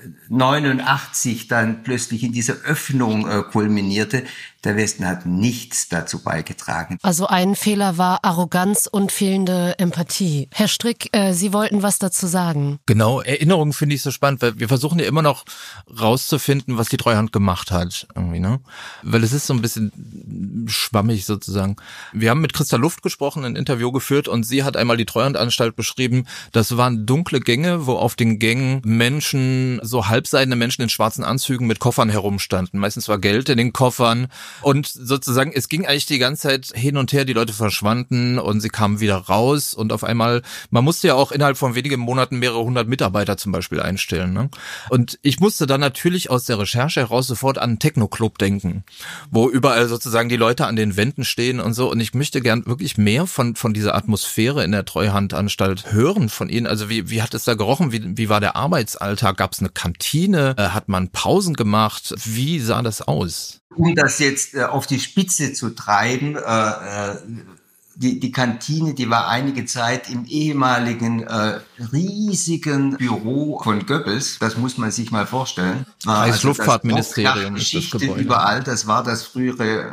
89 dann plötzlich in dieser Öffnung kulminierte. Der Westen hat nichts dazu beigetragen.
Also ein Fehler war Arroganz und fehlende Empathie. Herr Strick, Sie wollten was dazu sagen.
Genau, Erinnerungen finde ich so spannend, weil wir versuchen ja immer noch rauszufinden, was die Treuhand gemacht hat, irgendwie, ne? Weil es ist so ein bisschen schwammig sozusagen. Wir haben mit Christa Luft gesprochen, ein Interview geführt und sie hat einmal die Treuhandanstalt beschrieben. Das waren dunkle Gänge, wo auf den Gängen Menschen, so halbseidene Menschen in schwarzen Anzügen mit Koffern herumstanden. Meistens war Geld in den Koffern. Und sozusagen, es ging eigentlich die ganze Zeit hin und her, die Leute verschwanden und sie kamen wieder raus und auf einmal, man musste ja auch innerhalb von wenigen Monaten mehrere hundert Mitarbeiter zum Beispiel einstellen, ne? Und ich musste dann natürlich aus der Recherche heraus sofort an einen Techno-Club denken, wo überall sozusagen die Leute an den Wänden stehen und so und ich möchte gern wirklich mehr von dieser Atmosphäre in der Treuhandanstalt hören von Ihnen. Also wie hat es da gerochen? Wie war der Arbeitsalltag? Gab es eine Kantine? Hat man Pausen gemacht? Wie sah das aus?
Um das jetzt auf die Spitze zu treiben, Die Kantine, die war einige Zeit im ehemaligen riesigen Büro von Goebbels. Das muss man sich mal vorstellen.
Reichsluftfahrtministerium ist das Gebäude.
Überall, das war das frühere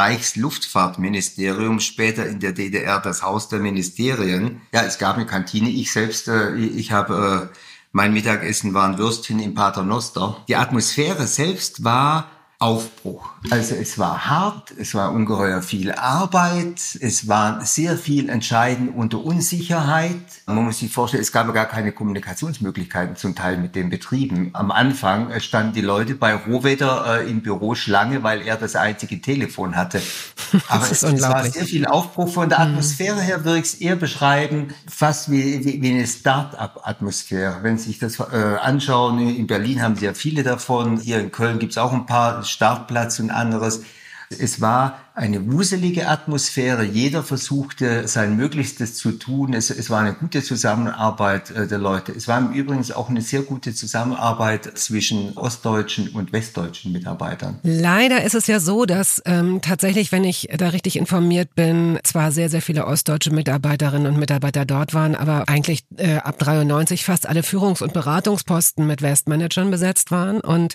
Reichsluftfahrtministerium, später in der DDR das Haus der Ministerien. Ja, es gab eine Kantine. Ich selbst, ich habe mein Mittagessen war ein Würstchen im Paternoster. Die Atmosphäre selbst war Aufbruch. Also es war hart, es war ungeheuer viel Arbeit, es war sehr viel Entscheiden unter Unsicherheit. Man muss sich vorstellen, es gab gar keine Kommunikationsmöglichkeiten zum Teil mit den Betrieben. Am Anfang standen die Leute bei Rohwedder im Büro Schlange, weil er das einzige Telefon hatte. Aber es war sehr viel Aufbruch. Von der Atmosphäre her würde ich es eher beschreiben, fast wie eine Start-up-Atmosphäre. Wenn Sie sich das anschauen, in Berlin haben Sie ja viele davon, hier in Köln gibt es auch ein paar, Startplatz und anderes. Es war eine wuselige Atmosphäre. Jeder versuchte, sein Möglichstes zu tun. Es war eine gute Zusammenarbeit der Leute. Es war im Übrigen auch eine sehr gute Zusammenarbeit zwischen ostdeutschen und westdeutschen Mitarbeitern.
Leider ist es ja so, dass tatsächlich, wenn ich da richtig informiert bin, zwar sehr, sehr viele ostdeutsche Mitarbeiterinnen und Mitarbeiter dort waren, aber eigentlich ab 93 fast alle Führungs- und Beratungsposten mit Westmanagern besetzt waren und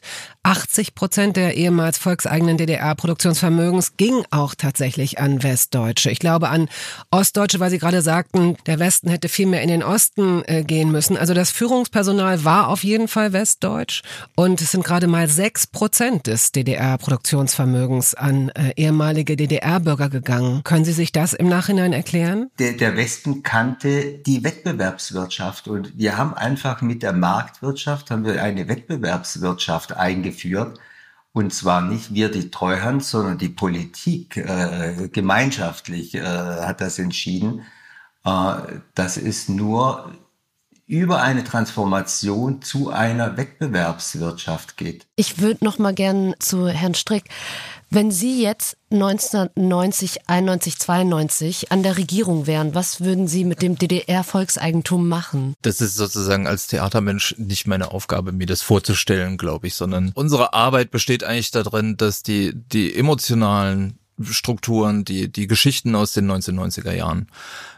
80% der ehemals volkseigenen DDR-Produktionsvermögens ging auch tatsächlich an Westdeutsche. Ich glaube an Ostdeutsche, weil Sie gerade sagten, der Westen hätte viel mehr in den Osten gehen müssen. Also das Führungspersonal war auf jeden Fall westdeutsch und es sind gerade mal 6% des DDR-Produktionsvermögens an ehemalige DDR-Bürger gegangen. Können Sie sich das im Nachhinein erklären?
Der Westen kannte die Wettbewerbswirtschaft und wir haben einfach mit der Marktwirtschaft eine Wettbewerbswirtschaft eingeführt. Und zwar nicht wir die Treuhand, sondern die Politik gemeinschaftlich hat das entschieden. Das ist nur über eine Transformation zu einer Wettbewerbswirtschaft geht.
Ich würde noch mal gern zu Herrn Strick. Wenn Sie jetzt 1990, 91, 92 an der Regierung wären, was würden Sie mit dem DDR-Volkseigentum machen?
Das ist sozusagen als Theatermensch nicht meine Aufgabe, mir das vorzustellen, glaube ich, sondern unsere Arbeit besteht eigentlich darin, dass die emotionalen Strukturen, die Geschichten aus den 1990er Jahren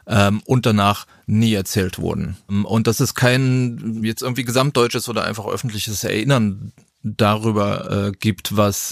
und danach nie erzählt wurden. Und dass es kein jetzt irgendwie gesamtdeutsches oder einfach öffentliches Erinnern darüber gibt, was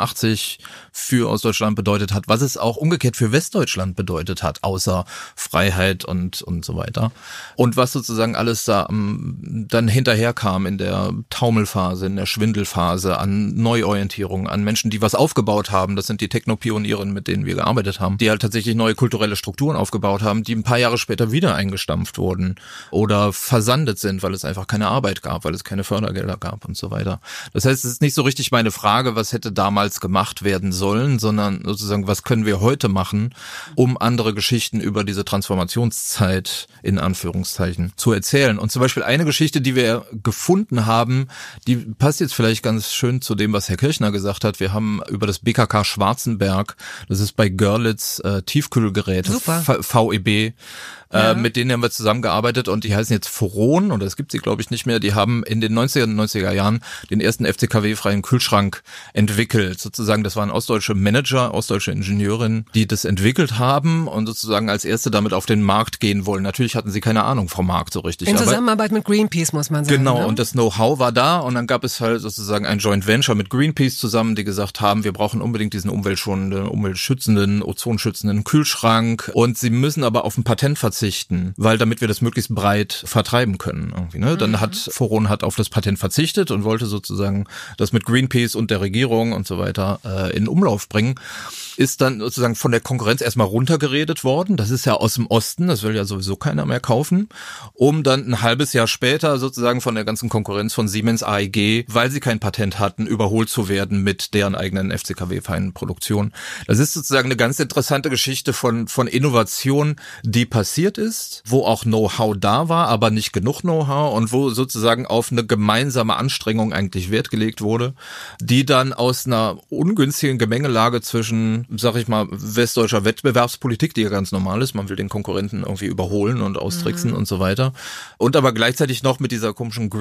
89 für Ostdeutschland bedeutet hat, was es auch umgekehrt für Westdeutschland bedeutet hat, außer Freiheit und so weiter. Und was sozusagen alles da dann hinterher kam in der Taumelphase, in der Schwindelphase, an Neuorientierung, an Menschen, die was aufgebaut haben. Das sind die Technopionierinnen, mit denen wir gearbeitet haben, die halt tatsächlich neue kulturelle Strukturen aufgebaut haben, die ein paar Jahre später wieder eingestampft wurden oder versandet sind, weil es einfach keine Arbeit gab, weil es keine Fördergelder gab und so weiter. Das heißt, es ist nicht so richtig meine Frage, was hätte damals gemacht werden sollen, sondern sozusagen, was können wir heute machen, um andere Geschichten über diese Transformationszeit in Anführungszeichen zu erzählen. Und zum Beispiel eine Geschichte, die wir gefunden haben, die passt jetzt vielleicht ganz schön zu dem, was Herr Kirchner gesagt hat. Wir haben über das BKK Schwarzenberg, das ist bei Görlitz, Tiefkühlgeräte, VEB, mit denen haben wir zusammengearbeitet und die heißen jetzt Foron und das gibt sie glaube ich nicht mehr. Die haben in den 90er Jahren den ersten FCKW-freien Kühlschrank entwickelt. Sozusagen, das waren ostdeutsche Manager, ostdeutsche Ingenieurinnen, die das entwickelt haben und sozusagen als erste damit auf den Markt gehen wollen. Natürlich hatten sie keine Ahnung vom Markt so richtig.
In Zusammenarbeit mit Greenpeace, muss man sagen.
Genau,
ne?
Und das Know-how war da und dann gab es halt sozusagen ein Joint Venture mit Greenpeace zusammen, die gesagt haben, wir brauchen unbedingt diesen umweltschonenden, umweltschützenden, ozonschützenden Kühlschrank und sie müssen aber auf ein Patent verzichten, weil damit wir das möglichst breit vertreiben können. Irgendwie, ne? Dann hat Foron auf das Patent verzichtet und wollte sozusagen das mit Greenpeace und der Regierung und so weiter in Umlauf bringen. Ist dann sozusagen von der Konkurrenz erstmal runtergeredet worden. Das ist ja aus dem Osten, das will ja sowieso keiner mehr kaufen. Um dann ein halbes Jahr später sozusagen von der ganzen Konkurrenz von Siemens AEG, weil sie kein Patent hatten, überholt zu werden mit deren eigenen FCKW-feinen Produktion. Das ist sozusagen eine ganz interessante Geschichte von Innovation, die passiert ist, wo auch Know-how da war, aber nicht genug Know-how und wo sozusagen auf eine gemeinsame Anstrengung eigentlich Wert Wert gelegt wurde, die dann aus einer ungünstigen Gemengelage zwischen, sag ich mal, westdeutscher Wettbewerbspolitik, die ja ganz normal ist, man will den Konkurrenten irgendwie überholen und austricksen und so weiter, und aber gleichzeitig noch mit dieser komischen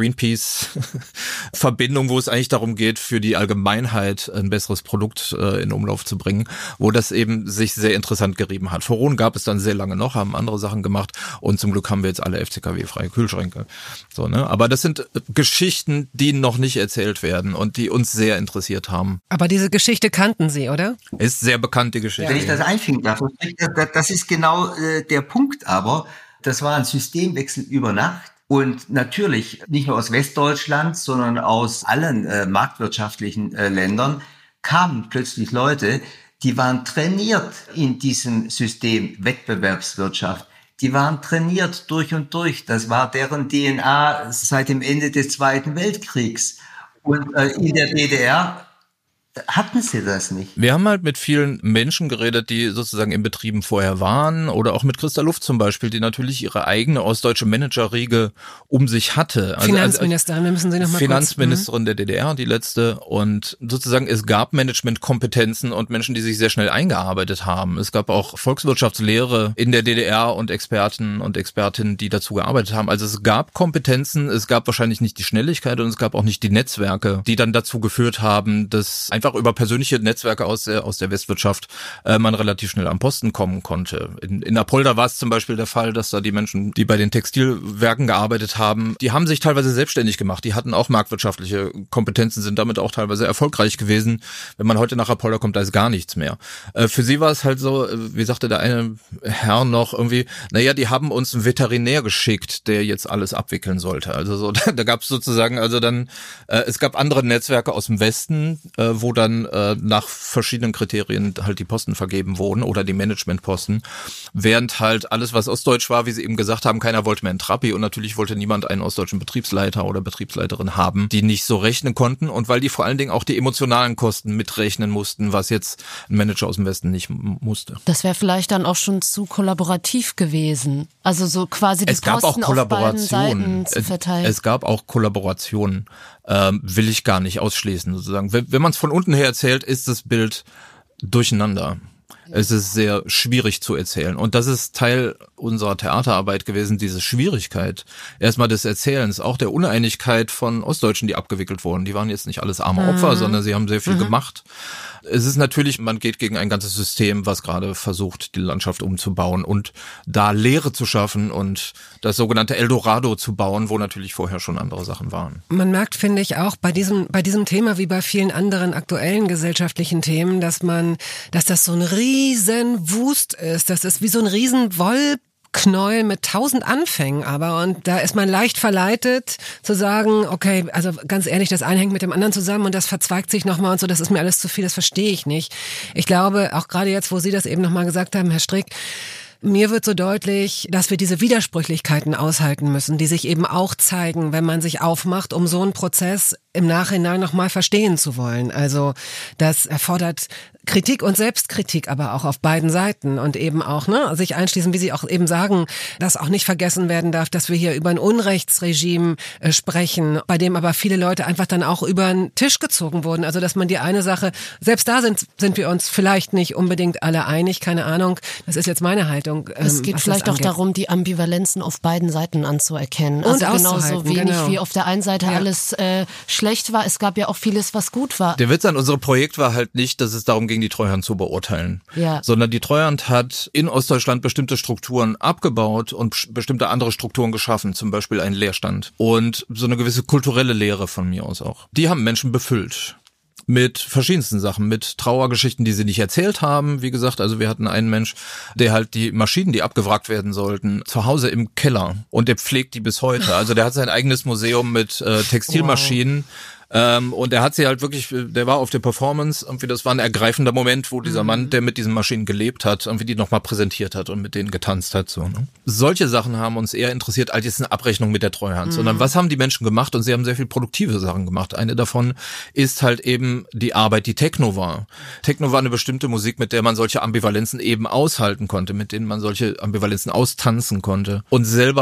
Greenpeace-Verbindung, wo es eigentlich darum geht, für die Allgemeinheit ein besseres Produkt in Umlauf zu bringen, wo das eben sich sehr interessant gerieben hat. Foron gab es dann sehr lange noch, haben andere Sachen gemacht und zum Glück haben wir jetzt alle FCKW-freie Kühlschränke. So, ne? Aber das sind Geschichten, die noch nicht erzählt werden und die uns sehr interessiert haben.
Aber diese Geschichte kannten Sie, oder?
Ist sehr bekannt, die Geschichte.
Wenn ich das einfügen darf, das ist genau der Punkt, aber das war ein Systemwechsel über Nacht. Und natürlich nicht nur aus Westdeutschland, sondern aus allen marktwirtschaftlichen Ländern kamen plötzlich Leute, die waren trainiert in diesem System Wettbewerbswirtschaft. Die waren trainiert durch und durch. Das war deren DNA seit dem Ende des Zweiten Weltkriegs. Und in der DDR hatten sie das nicht.
Wir haben halt mit vielen Menschen geredet, die sozusagen in Betrieben vorher waren, oder auch mit Christa Luft zum Beispiel, die natürlich ihre eigene ostdeutsche Managerriege um sich hatte.
Finanzministerin, wir müssen Sie noch mal
Finanzministerin der DDR, die letzte, und sozusagen es gab Managementkompetenzen und Menschen, die sich sehr schnell eingearbeitet haben. Es gab auch Volkswirtschaftslehre in der DDR und Experten und Expertinnen, die dazu gearbeitet haben. Also es gab Kompetenzen, es gab wahrscheinlich nicht die Schnelligkeit und es gab auch nicht die Netzwerke, die dann dazu geführt haben, dass einfach über persönliche Netzwerke aus der Westwirtschaft man relativ schnell am Posten kommen konnte. In Apolda war es zum Beispiel der Fall, dass da die Menschen, die bei den Textilwerken gearbeitet haben, die haben sich teilweise selbstständig gemacht. Die hatten auch marktwirtschaftliche Kompetenzen, sind damit auch teilweise erfolgreich gewesen. Wenn man heute nach Apolda kommt, da ist gar nichts mehr. Für sie war es halt so, wie sagte der eine Herr noch irgendwie, naja, die haben uns einen Veterinär geschickt, der jetzt alles abwickeln sollte. Also so, da gab es sozusagen, also dann, es gab andere Netzwerke aus dem Westen, wo dann nach verschiedenen Kriterien halt die Posten vergeben wurden oder die Managementposten, während halt alles, was ostdeutsch war, wie Sie eben gesagt haben, keiner wollte mehr einen Trappi und natürlich wollte niemand einen ostdeutschen Betriebsleiter oder Betriebsleiterin haben, die nicht so rechnen konnten und weil die vor allen Dingen auch die emotionalen Kosten mitrechnen mussten, was jetzt ein Manager aus dem Westen nicht musste.
Das wäre vielleicht dann auch schon zu kollaborativ gewesen. Also so quasi die Kosten auf beiden Seiten zu verteilen.
Es gab auch Kollaborationen, will ich gar nicht ausschließen sozusagen. Wenn man es von unten her erzählt, ist das Bild durcheinander. Es ist sehr schwierig zu erzählen. Und das ist Teil unserer Theaterarbeit gewesen, diese Schwierigkeit erstmal des Erzählens, auch der Uneinigkeit von Ostdeutschen, die abgewickelt wurden. Die waren jetzt nicht alles arme Opfer, sondern sie haben sehr viel gemacht. Es ist natürlich, man geht gegen ein ganzes System, was gerade versucht, die Landschaft umzubauen und da Leere zu schaffen und das sogenannte Eldorado zu bauen, wo natürlich vorher schon andere Sachen waren.
Man merkt, finde ich, auch bei diesem Thema wie bei vielen anderen aktuellen gesellschaftlichen Themen, dass das so ein riesen Wust ist. Das ist wie so ein riesen Wollknäuel mit 1000 Anfängen aber und da ist man leicht verleitet zu sagen, okay, also ganz ehrlich, das eine hängt mit dem anderen zusammen und das verzweigt sich nochmal und so, das ist mir alles zu viel, das verstehe ich nicht. Ich glaube, auch gerade jetzt, wo Sie das eben nochmal gesagt haben, Herr Strick, mir wird so deutlich, dass wir diese Widersprüchlichkeiten aushalten müssen, die sich eben auch zeigen, wenn man sich aufmacht, um so einen Prozess im Nachhinein nochmal verstehen zu wollen. Also das erfordert Kritik und Selbstkritik, aber auch auf beiden Seiten und eben auch sich einschließen, wie Sie auch eben sagen, dass auch nicht vergessen werden darf, dass wir hier über ein Unrechtsregime sprechen, bei dem aber viele Leute einfach dann auch über den Tisch gezogen wurden. Also dass man die eine Sache, selbst da sind wir uns vielleicht nicht unbedingt alle einig, keine Ahnung, das ist jetzt meine Haltung.
Es geht vielleicht auch darum, die Ambivalenzen auf beiden Seiten anzuerkennen. Und also genauso wenig wie auf der einen Seite alles schlecht war, es gab ja auch vieles, was gut war.
Der Witz an unserem Projekt war halt nicht, dass es darum ging, die Treuhand zu beurteilen, sondern die Treuhand hat in Ostdeutschland bestimmte Strukturen abgebaut und bestimmte andere Strukturen geschaffen, zum Beispiel einen Leerstand und so eine gewisse kulturelle Lehre von mir aus auch. Die haben Menschen befüllt. Mit verschiedensten Sachen, mit Trauergeschichten, die sie nicht erzählt haben. Wie gesagt, also wir hatten einen Mensch, der halt die Maschinen, die abgewrackt werden sollten, zu Hause im Keller und der pflegt die bis heute. Also der hat sein eigenes Museum mit Textilmaschinen. Wow. Und er hat sie halt wirklich, der war auf der Performance, irgendwie das war ein ergreifender Moment, wo dieser Mann, der mit diesen Maschinen gelebt hat, irgendwie die nochmal präsentiert hat und mit denen getanzt hat. So, ne? Solche Sachen haben uns eher interessiert, als jetzt eine Abrechnung mit der Treuhand, sondern was haben die Menschen gemacht? Und sie haben sehr viel produktive Sachen gemacht. Eine davon ist halt eben die Arbeit, die Techno war. Techno war eine bestimmte Musik, mit der man solche Ambivalenzen eben aushalten konnte, mit denen man solche Ambivalenzen austanzen konnte und selber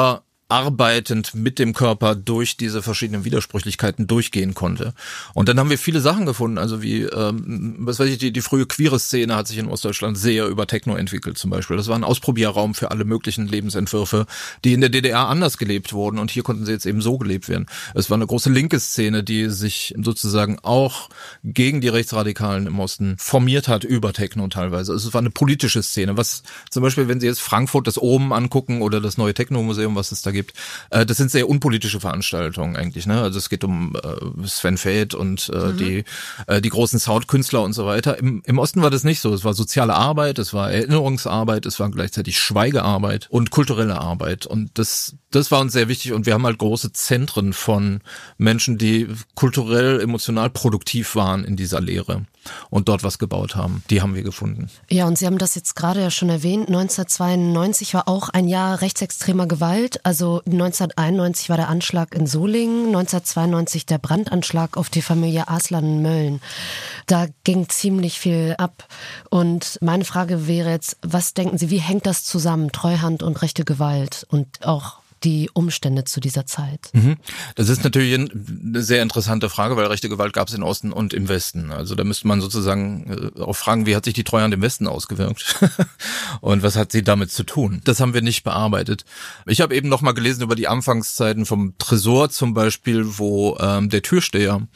arbeitend mit dem Körper durch diese verschiedenen Widersprüchlichkeiten durchgehen konnte. Und dann haben wir viele Sachen gefunden, also wie, was weiß ich, die frühe queere Szene hat sich in Ostdeutschland sehr über Techno entwickelt zum Beispiel. Das war ein Ausprobierraum für alle möglichen Lebensentwürfe, die in der DDR anders gelebt wurden und hier konnten sie jetzt eben so gelebt werden. Es war eine große linke Szene, die sich sozusagen auch gegen die Rechtsradikalen im Osten formiert hat über Techno teilweise. Also es war eine politische Szene, was zum Beispiel, wenn Sie jetzt Frankfurt das Ohm angucken oder das neue Techno-Museum, was es da gibt, das sind sehr unpolitische Veranstaltungen eigentlich, ne? Also es geht um Sven Väth und die großen Soundkünstler und so weiter. Im Osten war das nicht so. Es war soziale Arbeit, es war Erinnerungsarbeit, es war gleichzeitig Schweigearbeit und kulturelle Arbeit. Und das war uns sehr wichtig. Und wir haben halt große Zentren von Menschen, die kulturell, emotional produktiv waren in dieser Lehre und dort was gebaut haben. Die haben wir gefunden.
Ja, und Sie haben das jetzt gerade ja schon erwähnt. 1992 war auch ein Jahr rechtsextremer Gewalt. Also 1991 war der Anschlag in Solingen, 1992 der Brandanschlag auf die Familie Aslan in Mölln. Da ging ziemlich viel ab. Und meine Frage wäre jetzt, was denken Sie, wie hängt das zusammen, Treuhand und rechte Gewalt und auch die Umstände zu dieser Zeit?
Das ist natürlich eine sehr interessante Frage, weil rechte Gewalt gab es im Osten und im Westen. Also da müsste man sozusagen auch fragen, wie hat sich die Treuhand im Westen ausgewirkt und was hat sie damit zu tun? Das haben wir nicht bearbeitet. Ich habe eben noch mal gelesen über die Anfangszeiten vom Tresor zum Beispiel, wo der Türsteher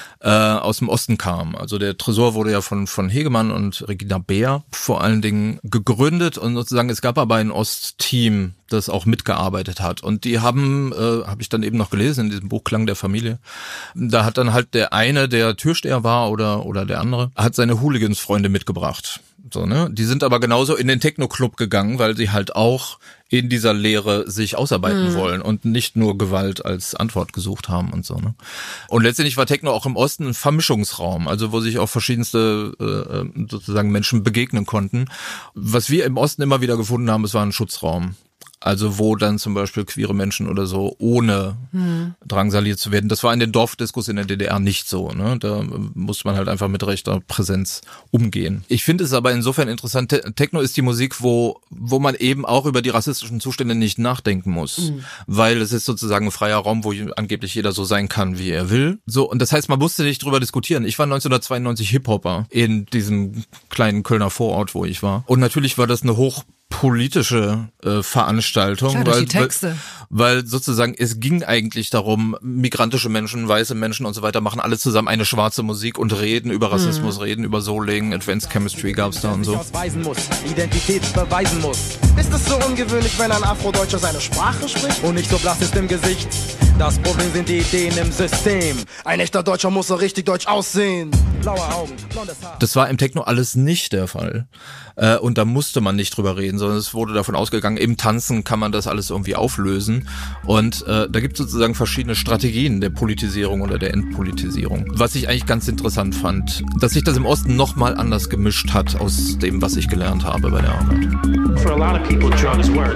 aus dem Osten kam. Also der Tresor wurde ja von Hegemann und Regina Beer vor allen Dingen gegründet und sozusagen es gab aber ein Ostteam, das auch mitgearbeitet hat. Und die haben, habe ich dann eben noch gelesen in diesem Buch Klang der Familie, da hat dann halt der eine, der Türsteher war oder der andere, hat seine Hooligans-Freunde mitgebracht. So, ne? Die sind aber genauso in den Techno-Club gegangen, weil sie halt auch in dieser Lehre sich ausarbeiten wollen und nicht nur Gewalt als Antwort gesucht haben und so. Ne? Und letztendlich war Techno auch im Osten ein Vermischungsraum, also wo sich auch verschiedenste sozusagen Menschen begegnen konnten. Was wir im Osten immer wieder gefunden haben, es war ein Schutzraum. Also wo dann zum Beispiel queere Menschen oder so ohne drangsaliert zu werden. Das war in den Dorfdiskos in der DDR nicht so. Ne? Da musste man halt einfach mit rechter Präsenz umgehen. Ich finde es aber insofern interessant, Techno ist die Musik, wo man eben auch über die rassistischen Zustände nicht nachdenken muss. Weil es ist sozusagen ein freier Raum, wo angeblich jeder so sein kann, wie er will. So, und das heißt, man musste nicht drüber diskutieren. Ich war 1992 Hip-Hopper in diesem kleinen Kölner Vorort, wo ich war. Und natürlich war das eine hochpolitische Veranstaltung,
klar,
weil sozusagen es ging eigentlich darum, migrantische Menschen, weiße Menschen und so weiter machen alle zusammen eine schwarze Musik und reden über Rassismus, reden über Solingen, Advanced Chemistry gab's da und so.
Identität beweisen muss. Ist es so ungewöhnlich, wenn ein Afrodeutscher seine Sprache spricht und nicht so blass ist im Gesicht? Das Problem sind die Ideen im System. Ein echter Deutscher muss so richtig deutsch aussehen. Blaue Augen, blondes Haar.
Das war im Techno alles nicht der Fall. Und da musste man nicht drüber reden, sondern es wurde davon ausgegangen, im Tanzen kann man das alles irgendwie auflösen. Und da gibt es sozusagen verschiedene Strategien der Politisierung oder der Entpolitisierung. Was ich eigentlich ganz interessant fand, dass sich das im Osten nochmal anders gemischt hat aus dem, was ich gelernt habe bei der Arbeit.
For a lot of people, drugs work.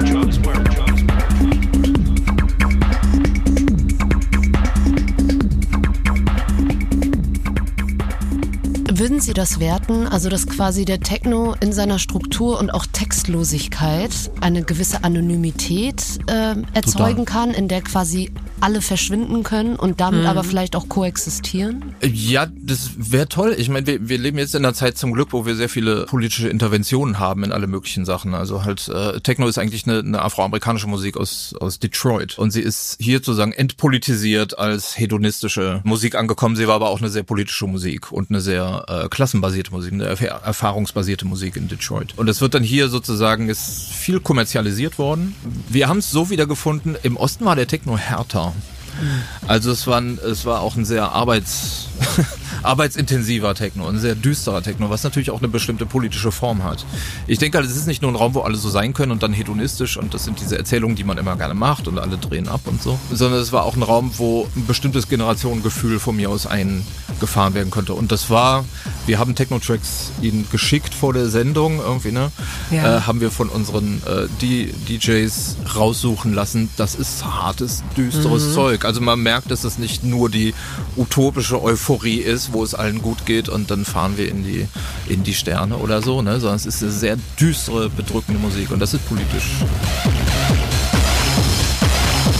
Würden Sie das werten, also dass quasi der Techno in seiner Struktur und auch Textlosigkeit eine gewisse Anonymität erzeugen kann, in der quasi alle verschwinden können und damit aber vielleicht auch koexistieren?
Ja, das wäre toll. Ich meine, wir leben jetzt in einer Zeit zum Glück, wo wir sehr viele politische Interventionen haben in alle möglichen Sachen. Also halt Techno ist eigentlich eine afroamerikanische Musik aus Detroit und sie ist hier sozusagen entpolitisiert als hedonistische Musik angekommen. Sie war aber auch eine sehr politische Musik und eine sehr klassenbasierte Musik, eine erfahrungsbasierte Musik in Detroit. Und es wird dann hier sozusagen, ist viel kommerzialisiert worden. Wir haben es so wiedergefunden, im Osten war der Techno härter. Also es war auch ein sehr arbeitsintensiver Techno, ein sehr düsterer Techno, was natürlich auch eine bestimmte politische Form hat. Ich denke halt, es ist nicht nur ein Raum, wo alle so sein können und dann hedonistisch und das sind diese Erzählungen, die man immer gerne macht und alle drehen ab und so, sondern es war auch ein Raum, wo ein bestimmtes Generationengefühl von mir aus eingefahren werden konnte. Und das war, wir haben Techno-Tracks ihnen geschickt vor der Sendung irgendwie, ne? Ja. Haben wir von unseren DJs raussuchen lassen. Das ist hartes, düsteres Zeug. Also man merkt, dass es nicht nur die utopische Euphorie ist, wo es allen gut geht und dann fahren wir in die Sterne oder so, ne? Sondern es ist eine sehr düstere, bedrückende Musik und das ist politisch.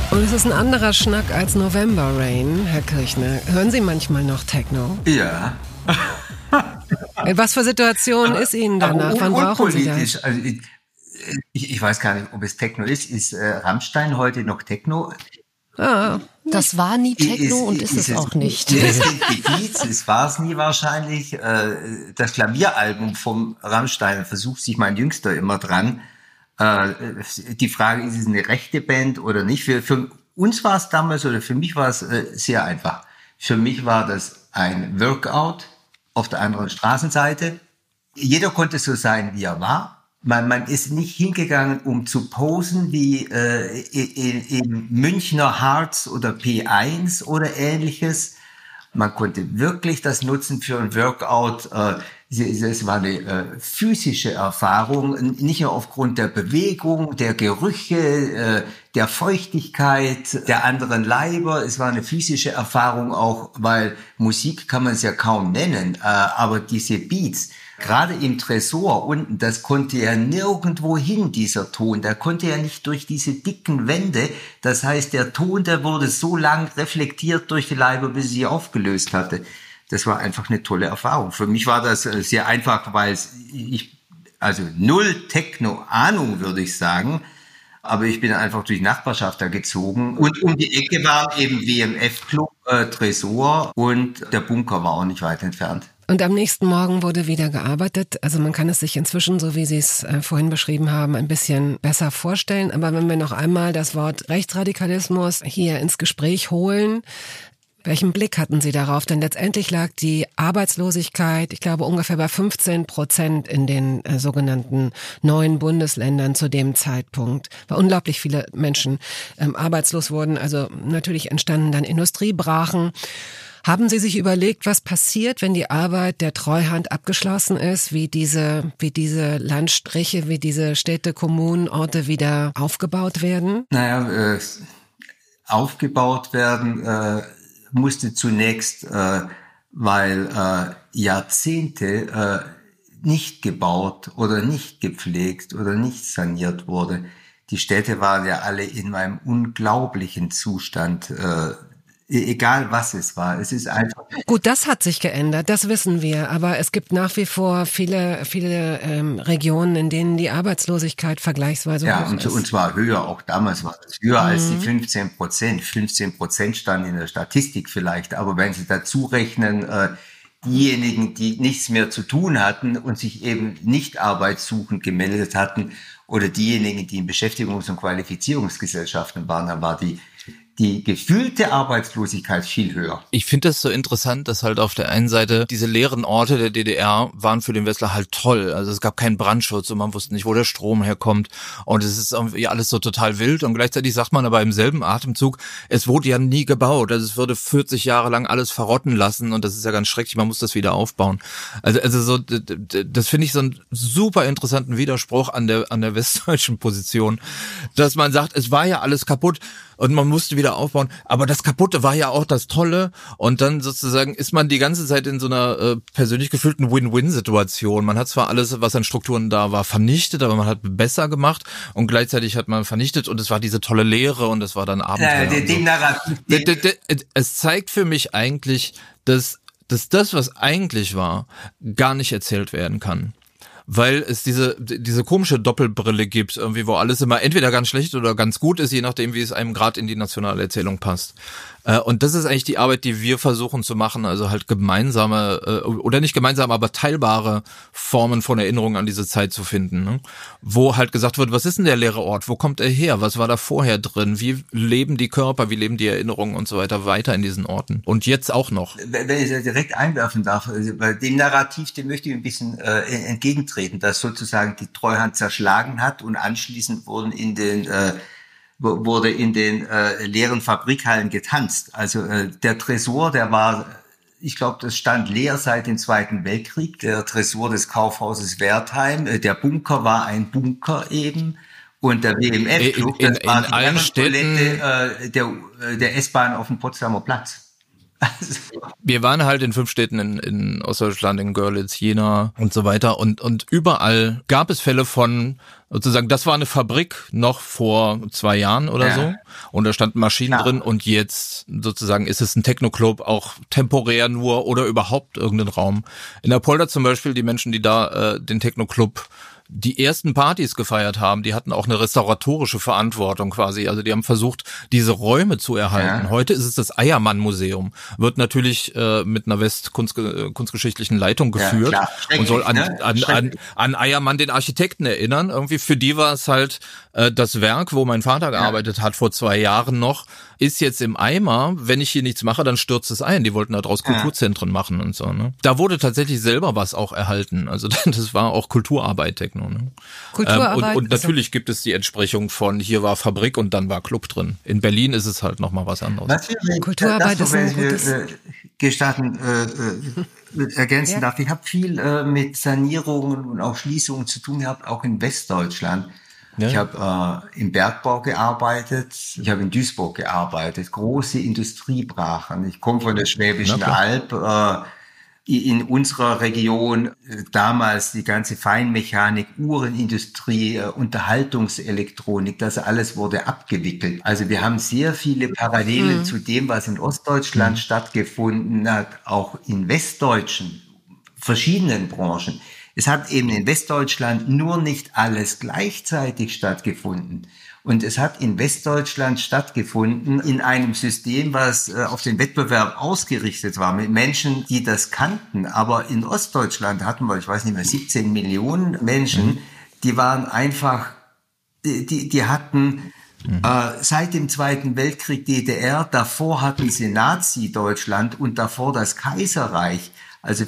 Und es ist ein anderer Schnack als November Rain, Herr Kirchner. Hören Sie manchmal noch Techno?
Ja.
In was für Situationen ist Ihnen danach? Wann brauchen Sie das?
Also ich weiß gar nicht, ob es Techno ist. Ist Rammstein heute noch Techno?
Das war nie Techno und ist es auch nicht.
Es war es nie wahrscheinlich. Das Klavieralbum vom Rammstein versucht sich mein Jüngster immer dran. Die Frage, ist es eine rechte Band oder nicht? Für uns war es damals, oder für mich war es sehr einfach. Für mich war das ein Workout auf der anderen Straßenseite. Jeder konnte so sein, wie er war. Man ist nicht hingegangen, um zu posen wie in Münchner Harz oder P1 oder ähnliches. Man konnte wirklich das nutzen für ein Workout. Es war eine physische Erfahrung, nicht nur aufgrund der Bewegung, der Gerüche, der Feuchtigkeit der anderen Leiber. Es war eine physische Erfahrung auch, weil Musik kann man es ja kaum nennen, aber diese Beats, gerade im Tresor unten, das konnte ja nirgendwo hin, dieser Ton. Der konnte ja nicht durch diese dicken Wände. Das heißt, der Ton, der wurde so lang reflektiert durch die Leiber, bis sie aufgelöst hatte. Das war einfach eine tolle Erfahrung. Für mich war das sehr einfach, weil also null Techno-Ahnung, würde ich sagen. Aber ich bin einfach durch die Nachbarschaft da gezogen. Und um die Ecke war eben WMF-Club, Tresor, und der Bunker war auch nicht weit entfernt.
Und am nächsten Morgen wurde wieder gearbeitet. Also man kann es sich inzwischen, so wie Sie es vorhin beschrieben haben, ein bisschen besser vorstellen. Aber wenn wir noch einmal das Wort Rechtsradikalismus hier ins Gespräch holen, welchen Blick hatten Sie darauf? Denn letztendlich lag die Arbeitslosigkeit, ich glaube, ungefähr bei 15% in den sogenannten neuen Bundesländern zu dem Zeitpunkt, weil unglaublich viele Menschen arbeitslos wurden. Also natürlich entstanden dann Industriebrachen. Haben Sie sich überlegt, was passiert, wenn die Arbeit der Treuhand abgeschlossen ist, wie diese Landstriche, wie diese Städte, Kommunen, Orte wieder aufgebaut werden?
Naja, aufgebaut werden musste zunächst, weil Jahrzehnte nicht gebaut oder nicht gepflegt oder nicht saniert wurde. Die Städte waren ja alle in einem unglaublichen Zustand, egal was es war. Es ist einfach.
Gut, das hat sich geändert, das wissen wir. Aber es gibt nach wie vor viele Regionen, in denen die Arbeitslosigkeit vergleichsweise hoch ist.
Und zwar höher. Auch damals war es höher als die 15%. 15% standen in der Statistik vielleicht. Aber wenn Sie dazu rechnen, diejenigen, die nichts mehr zu tun hatten und sich eben nicht arbeitssuchend gemeldet hatten, oder diejenigen, die in Beschäftigungs- und Qualifizierungsgesellschaften waren, dann war die gefühlte Arbeitslosigkeit viel höher.
Ich finde das so interessant, dass halt auf der einen Seite diese leeren Orte der DDR waren für den Westler halt toll. Also es gab keinen Brandschutz und man wusste nicht, wo der Strom herkommt. Und es ist irgendwie alles so total wild. Und gleichzeitig sagt man aber im selben Atemzug, es wurde ja nie gebaut. Also es würde 40 Jahre lang alles verrotten lassen und das ist ja ganz schrecklich. Man muss das wieder aufbauen. Also so, das finde ich so einen super interessanten Widerspruch an der westdeutschen Position, dass man sagt, es war ja alles kaputt. Und man musste wieder aufbauen. Aber das Kaputte war ja auch das Tolle. Und dann sozusagen ist man die ganze Zeit in so einer persönlich gefühlten Win-Win-Situation. Man hat zwar alles, was an Strukturen da war, vernichtet, aber man hat besser gemacht. Und gleichzeitig hat man vernichtet. Und es war diese tolle Lehre und es war dann Abenteuer. Es zeigt für mich eigentlich, dass das, was eigentlich war, gar nicht erzählt werden kann. Weil es diese komische Doppelbrille gibt, irgendwie, wo alles immer entweder ganz schlecht oder ganz gut ist, je nachdem, wie es einem gerade in die nationale Erzählung passt. Und das ist eigentlich die Arbeit, die wir versuchen zu machen, also halt gemeinsame, oder nicht gemeinsame, aber teilbare Formen von Erinnerung an diese Zeit zu finden, ne? Wo halt gesagt wird, was ist denn der leere Ort, wo kommt er her, was war da vorher drin, wie leben die Körper, wie leben die Erinnerungen und so weiter in diesen Orten und jetzt auch noch.
Wenn ich das direkt einwerfen darf, bei dem Narrativ, dem möchte ich ein bisschen entgegentreten, dass sozusagen die Treuhand zerschlagen hat und anschließend wurde in den leeren Fabrikhallen getanzt. Also der Tresor, der war, ich glaube, das stand leer seit dem Zweiten Weltkrieg. Der Tresor des Kaufhauses Wertheim, der Bunker war ein Bunker eben. Und der WMF-Club, das war die Toilette der S-Bahn auf dem Potsdamer Platz.
Wir waren halt in 5 Städten in Ostdeutschland, in Görlitz, Jena und so weiter und überall gab es Fälle von sozusagen, das war eine Fabrik noch vor 2 Jahren oder so und da standen Maschinen drin und jetzt sozusagen ist es ein Techno-Club, auch temporär nur oder überhaupt irgendein Raum. In Apolda zum Beispiel, die Menschen, die da den Techno-Club die ersten Partys gefeiert haben, die hatten auch eine restauratorische Verantwortung quasi. Also die haben versucht, diese Räume zu erhalten. Ja. Heute ist es das Eiermann-Museum. Wird natürlich mit einer kunstgeschichtlichen Leitung geführt und soll an Eiermann, den Architekten, erinnern. Irgendwie für die war es halt das Werk, wo mein Vater gearbeitet hat vor 2 Jahren noch, ist jetzt im Eimer. Wenn ich hier nichts mache, dann stürzt es ein. Die wollten da draus Kulturzentren machen und so. Ne? Da wurde tatsächlich selber was auch erhalten. Also das war auch Kulturarbeit, Techno. Ne? Kulturarbeit. Und natürlich gibt es die Entsprechung von hier war Fabrik und dann war Club drin. In Berlin ist es halt nochmal was anderes.
Natürlich, Kulturarbeit ist ein gutes... gestatten ergänzen darf. Ich habe viel mit Sanierungen und auch Schließungen zu tun gehabt, auch in Westdeutschland. Ja. Ich habe im Bergbau gearbeitet, ich habe in Duisburg gearbeitet, große Industriebrachen. Ich komme von der Schwäbischen Alb. In unserer Region damals die ganze Feinmechanik, Uhrenindustrie, Unterhaltungselektronik, das alles wurde abgewickelt. Also wir haben sehr viele Parallelen zu dem, was in Ostdeutschland stattgefunden hat, auch in westdeutschen verschiedenen Branchen. Es hat eben in Westdeutschland nur nicht alles gleichzeitig stattgefunden. Und es hat in Westdeutschland stattgefunden in einem System, was auf den Wettbewerb ausgerichtet war, mit Menschen, die das kannten. Aber in Ostdeutschland hatten wir, ich weiß nicht mehr, 17 Millionen Menschen, die waren einfach, die hatten seit dem Zweiten Weltkrieg DDR, davor hatten sie Nazi-Deutschland und davor das Kaiserreich. Also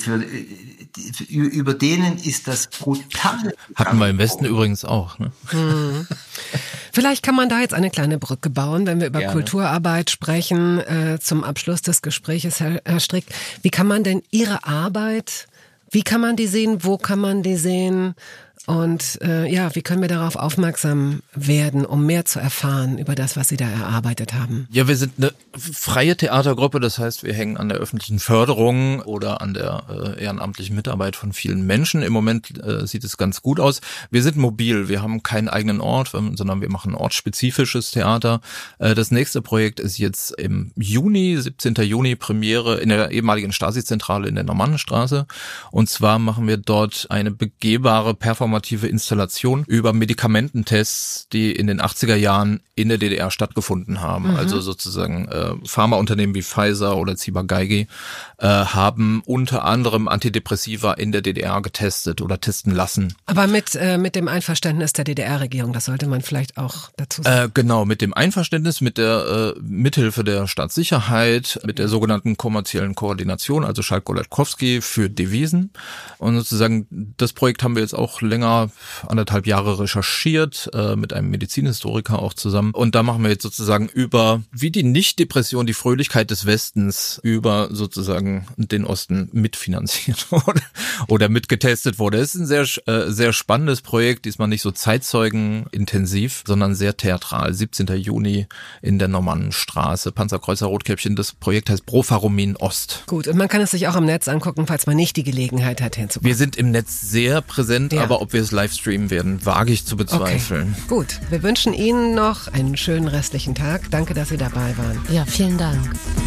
über denen ist das brutal.
Hatten wir im Westen übrigens auch. Ne?
Vielleicht kann man da jetzt eine kleine Brücke bauen, wenn wir über Kulturarbeit sprechen, zum Abschluss des Gespräches, Herr Strick. Wie kann man denn Ihre Arbeit, wie kann man die sehen, wo kann man die sehen? Und wie können wir darauf aufmerksam werden, um mehr zu erfahren über das, was Sie da erarbeitet haben?
Ja, wir sind eine freie Theatergruppe, das heißt, wir hängen an der öffentlichen Förderung oder an der ehrenamtlichen Mitarbeit von vielen Menschen. Im Moment sieht es ganz gut aus. Wir sind mobil, wir haben keinen eigenen Ort, sondern wir machen ortsspezifisches Theater. Das nächste Projekt ist jetzt im Juni, 17. Juni, Premiere in der ehemaligen Stasi-Zentrale in der Normannenstraße. Und zwar machen wir dort eine begehbare performative Installation über Medikamententests, die in den 80er Jahren in der DDR stattgefunden haben. Also sozusagen Pharmaunternehmen wie Pfizer oder Ciba-Geigy haben unter anderem Antidepressiva in der DDR getestet oder testen lassen.
Aber mit dem Einverständnis der DDR-Regierung, das sollte man vielleicht auch dazu sagen.
Genau, mit dem Einverständnis, mit der Mithilfe der Staatssicherheit, mit der sogenannten kommerziellen Koordination, also Schalk-Golodkowski für Devisen. Und sozusagen das Projekt haben wir jetzt auch länger, 1,5 Jahre recherchiert, mit einem Medizinhistoriker auch zusammen. Und da machen wir jetzt sozusagen über, wie die Nicht-Depression, die Fröhlichkeit des Westens über sozusagen den Osten mitfinanziert wurde oder mitgetestet wurde. Es ist ein sehr, sehr spannendes Projekt, diesmal nicht so zeitzeugenintensiv, sondern sehr theatral. 17. Juni in der Normannenstraße, Panzerkreuzer Rotkäppchen. Das Projekt heißt Profaromin Ost.
Gut, und man kann es sich auch im Netz angucken, falls man nicht die Gelegenheit hat, hinzukommen.
Wir sind im Netz sehr präsent, aber ob wir es live streamen werden, wage ich zu bezweifeln.
Okay. Gut, wir wünschen Ihnen noch einen schönen restlichen Tag. Danke, dass Sie dabei waren.
Ja, vielen Dank.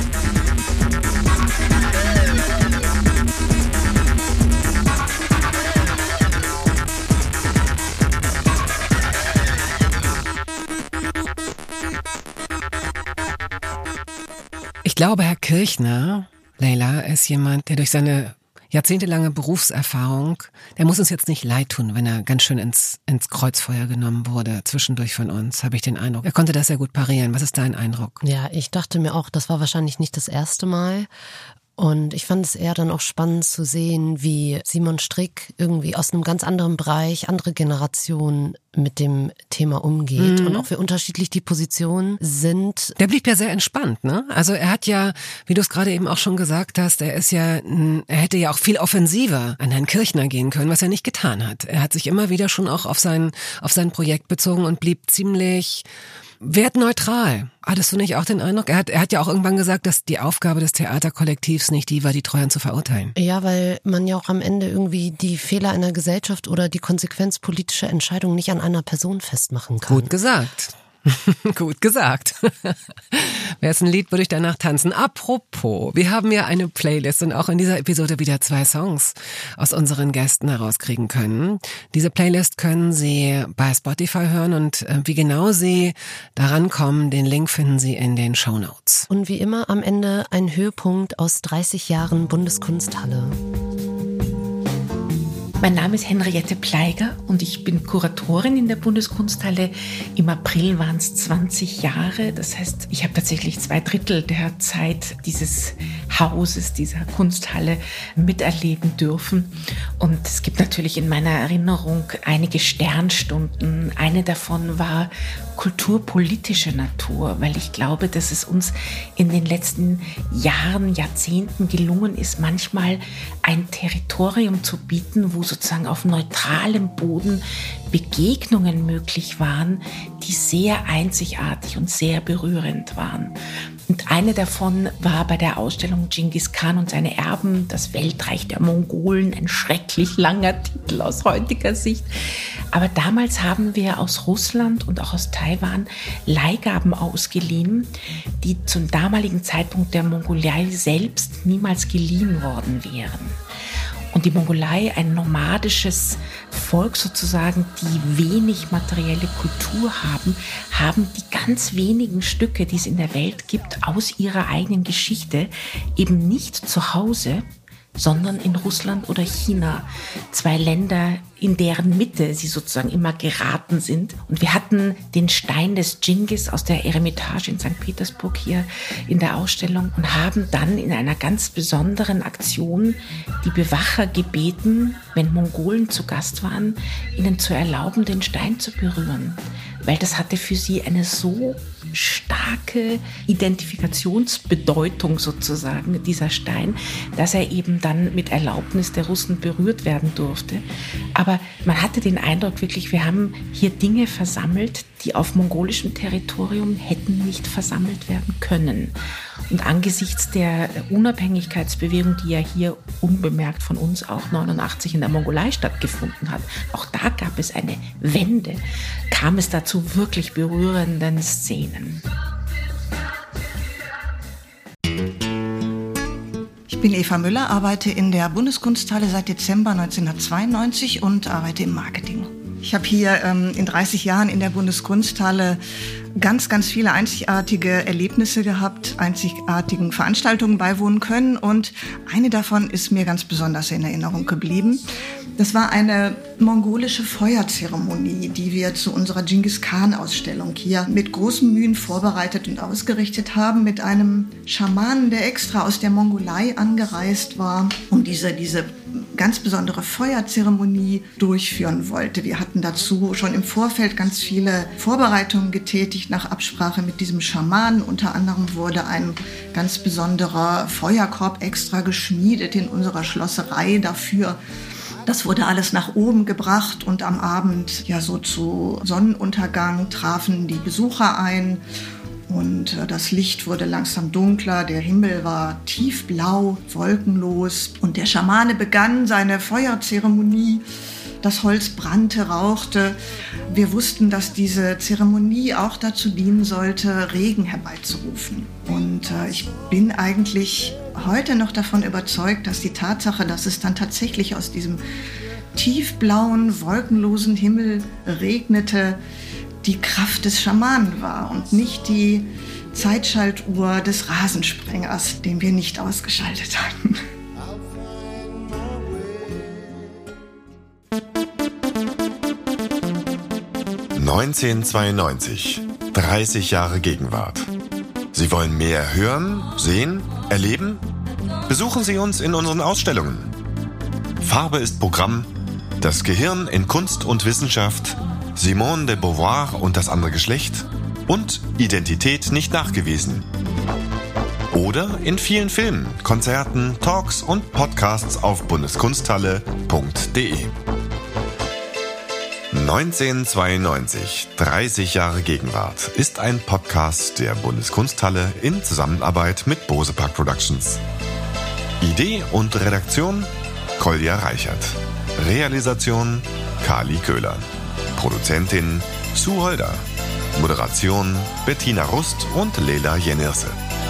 Ich glaube, Herr Kirchner, Leila, ist jemand, der durch seine jahrzehntelange Berufserfahrung, der muss uns jetzt nicht leid tun, wenn er ganz schön ins Kreuzfeuer genommen wurde, zwischendurch von uns, habe ich den Eindruck. Er konnte das sehr gut parieren. Was ist dein Eindruck?
Ja, ich dachte mir auch, das war wahrscheinlich nicht das erste Mal. Und ich fand es eher dann auch spannend zu sehen, wie Simon Strick irgendwie aus einem ganz anderen Bereich, andere Generation, mit dem Thema umgeht und auch wie unterschiedlich die Positionen sind.
Der blieb ja sehr entspannt, ne? Also er hat ja, wie du es gerade eben auch schon gesagt hast, er hätte ja auch viel offensiver an Herrn Kirchner gehen können, was er nicht getan hat. Er hat sich immer wieder schon auch auf sein Projekt bezogen und blieb ziemlich wertneutral. Hattest du nicht auch den Eindruck? Er hat ja auch irgendwann gesagt, dass die Aufgabe des Theaterkollektivs nicht die war, die Treuhand zu verurteilen.
Ja, weil man ja auch am Ende irgendwie die Fehler einer Gesellschaft oder die Konsequenz politischer Entscheidungen nicht an einer Person festmachen kann.
Gut gesagt. Gut gesagt. Wäre es ein Lied, würde ich danach tanzen. Apropos, wir haben ja eine Playlist und auch in dieser Episode wieder 2 Songs aus unseren Gästen herauskriegen können. Diese Playlist können Sie bei Spotify hören und wie genau Sie daran kommen, den Link finden Sie in den Shownotes.
Und wie immer am Ende ein Höhepunkt aus 30 Jahren Bundeskunsthalle.
Mein Name ist Henriette Pleiger und ich bin Kuratorin in der Bundeskunsthalle. Im April waren es 20 Jahre. Das heißt, ich habe tatsächlich 2/3 der Zeit dieses Hauses, dieser Kunsthalle miterleben dürfen. Und es gibt natürlich in meiner Erinnerung einige Sternstunden. Eine davon war kulturpolitische Natur, weil ich glaube, dass es uns in den letzten Jahren, Jahrzehnten gelungen ist, manchmal ein Territorium zu bieten, wo sozusagen auf neutralem Boden Begegnungen möglich waren, die sehr einzigartig und sehr berührend waren. Und eine davon war bei der Ausstellung Genghis Khan und seine Erben, das Weltreich der Mongolen, ein schrecklich langer Titel aus heutiger Sicht. Aber damals haben wir aus Russland und auch aus Taiwan Leihgaben ausgeliehen, die zum damaligen Zeitpunkt der Mongolei selbst niemals geliehen worden wären. Und die Mongolei, ein nomadisches Volk sozusagen, die wenig materielle Kultur haben die ganz wenigen Stücke, die es in der Welt gibt, aus ihrer eigenen Geschichte eben nicht zu Hause, sondern in Russland oder China. 2 Länder, in deren Mitte sie sozusagen immer geraten sind. Und wir hatten den Stein des Dschingis aus der Eremitage in St. Petersburg hier in der Ausstellung und haben dann in einer ganz besonderen Aktion die Bewacher gebeten, wenn Mongolen zu Gast waren, ihnen zu erlauben, den Stein zu berühren. Weil das hatte für sie eine so starke Identifikationsbedeutung sozusagen, dieser Stein, dass er eben dann mit Erlaubnis der Russen berührt werden durfte. Aber man hatte den Eindruck wirklich, wir haben hier Dinge versammelt, die auf mongolischem Territorium hätten nicht versammelt werden können. Und angesichts der Unabhängigkeitsbewegung, die ja hier unbemerkt von uns auch 89 in der Mongolei stattgefunden hat, auch da gab es eine Wende, kam es dazu wirklich berührenden Szenen.
Ich bin Eva Müller, arbeite in der Bundeskunsthalle seit Dezember 1992 und arbeite im Marketing. Ich habe hier in 30 Jahren in der Bundeskunsthalle ganz, ganz viele einzigartige Erlebnisse gehabt, einzigartigen Veranstaltungen beiwohnen können und eine davon ist mir ganz besonders in Erinnerung geblieben. Das war eine mongolische Feuerzeremonie, die wir zu unserer Genghis Khan-Ausstellung hier mit großen Mühen vorbereitet und ausgerichtet haben, mit einem Schamanen, der extra aus der Mongolei angereist war, um diese ganz besondere Feuerzeremonie durchführen wollte. Wir hatten dazu schon im Vorfeld ganz viele Vorbereitungen getätigt nach Absprache mit diesem Schamanen. Unter anderem wurde ein ganz besonderer Feuerkorb extra geschmiedet in unserer Schlosserei dafür. Das wurde alles nach oben gebracht und am Abend, ja so zu Sonnenuntergang, trafen die Besucher ein. Und das Licht wurde langsam dunkler, der Himmel war tiefblau, wolkenlos. Und der Schamane begann seine Feuerzeremonie. Das Holz brannte, rauchte. Wir wussten, dass diese Zeremonie auch dazu dienen sollte, Regen herbeizurufen. Und ich bin eigentlich heute noch davon überzeugt, dass die Tatsache, dass es dann tatsächlich aus diesem tiefblauen, wolkenlosen Himmel regnete, die Kraft des Schamanen war und nicht die Zeitschaltuhr des Rasensprengers, den wir nicht ausgeschaltet hatten.
(1992) 30 Jahre Gegenwart. Sie wollen mehr hören, sehen, erleben? Besuchen Sie uns in unseren Ausstellungen. Farbe ist Programm, das Gehirn in Kunst und Wissenschaft, Simone de Beauvoir und das andere Geschlecht und Identität nicht nachgewiesen. Oder in vielen Filmen, Konzerten, Talks und Podcasts auf bundeskunsthalle.de. 1992, 30 Jahre Gegenwart, ist ein Podcast der Bundeskunsthalle in Zusammenarbeit mit Bose Park Productions. Idee und Redaktion Kolja Reichert. Realisation Kali Köhler. Produzentin Sue Holder. Moderation Bettina Rust und Leila Jenirse.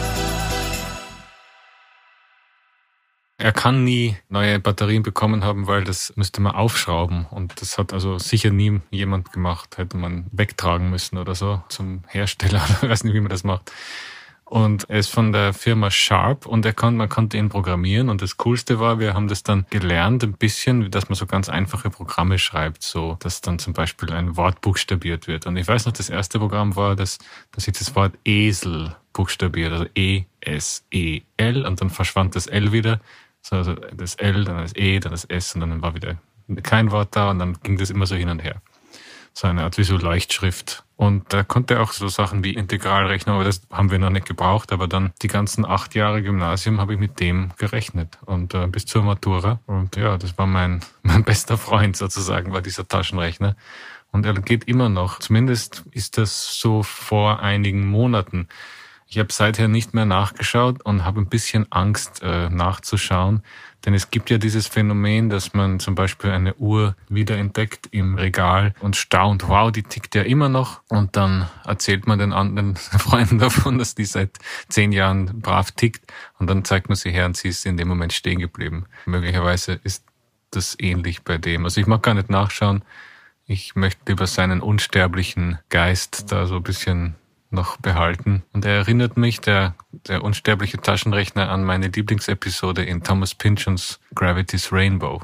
Er kann nie neue Batterien bekommen haben, weil das müsste man aufschrauben. Und das hat also sicher nie jemand gemacht. Hätte man wegtragen müssen oder so zum Hersteller. Ich weiß nicht, wie man das macht. Und er ist von der Firma Sharp und man konnte ihn programmieren. Und das Coolste war, wir haben das dann gelernt ein bisschen, dass man so ganz einfache Programme schreibt, so dass dann zum Beispiel ein Wort buchstabiert wird. Und ich weiß noch, das erste Programm war, dass ich das Wort Esel buchstabiert, also E-S-E-L und dann verschwand das L wieder. Also das L, dann das E, dann das S und dann war wieder kein Wort da und dann ging das immer so hin und her. So eine Art wie so Leuchtschrift. Und da konnte er auch so Sachen wie Integralrechnung, aber das haben wir noch nicht gebraucht. Aber dann die ganzen 8 Jahre Gymnasium habe ich mit dem gerechnet und bis zur Matura. Und ja, das war mein bester Freund sozusagen, war dieser Taschenrechner. Und er geht immer noch. Zumindest ist das so vor einigen Monaten. Ich habe seither nicht mehr nachgeschaut und habe ein bisschen Angst nachzuschauen, denn es gibt ja dieses Phänomen, dass man zum Beispiel eine Uhr wiederentdeckt im Regal und staunt, wow, die tickt ja immer noch und dann erzählt man den anderen Freunden davon, dass die seit 10 Jahren brav tickt und dann zeigt man sie her und sie ist in dem Moment stehen geblieben. Möglicherweise ist das ähnlich bei dem. Also ich mag gar nicht nachschauen, ich möchte lieber seinen unsterblichen Geist da so ein bisschen noch behalten. Und er erinnert mich, der unsterbliche Taschenrechner, an meine Lieblingsepisode in Thomas Pynchons Gravity's Rainbow.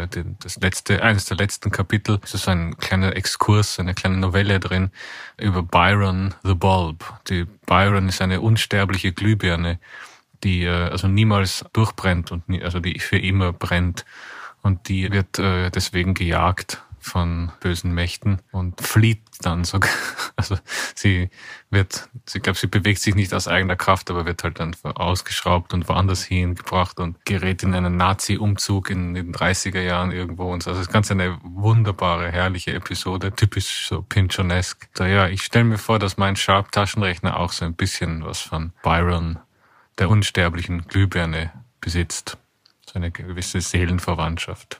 Eines der letzten Kapitel. Es ist ein kleiner Exkurs, eine kleine Novelle drin über Byron the Bulb. Byron ist eine unsterbliche Glühbirne, die also niemals durchbrennt und die für immer brennt. Und die wird deswegen gejagt von bösen Mächten und flieht dann sogar. Also sie bewegt sich nicht aus eigener Kraft, aber wird halt dann ausgeschraubt und woanders hingebracht und gerät in einen Nazi-Umzug in den 30er Jahren irgendwo und so. Also das ist ganz eine wunderbare, herrliche Episode, typisch so Pynchonesque. Ja, ich stelle mir vor, dass mein Sharp-Taschenrechner auch so ein bisschen was von Byron, der unsterblichen Glühbirne, besitzt. So eine gewisse Seelenverwandtschaft.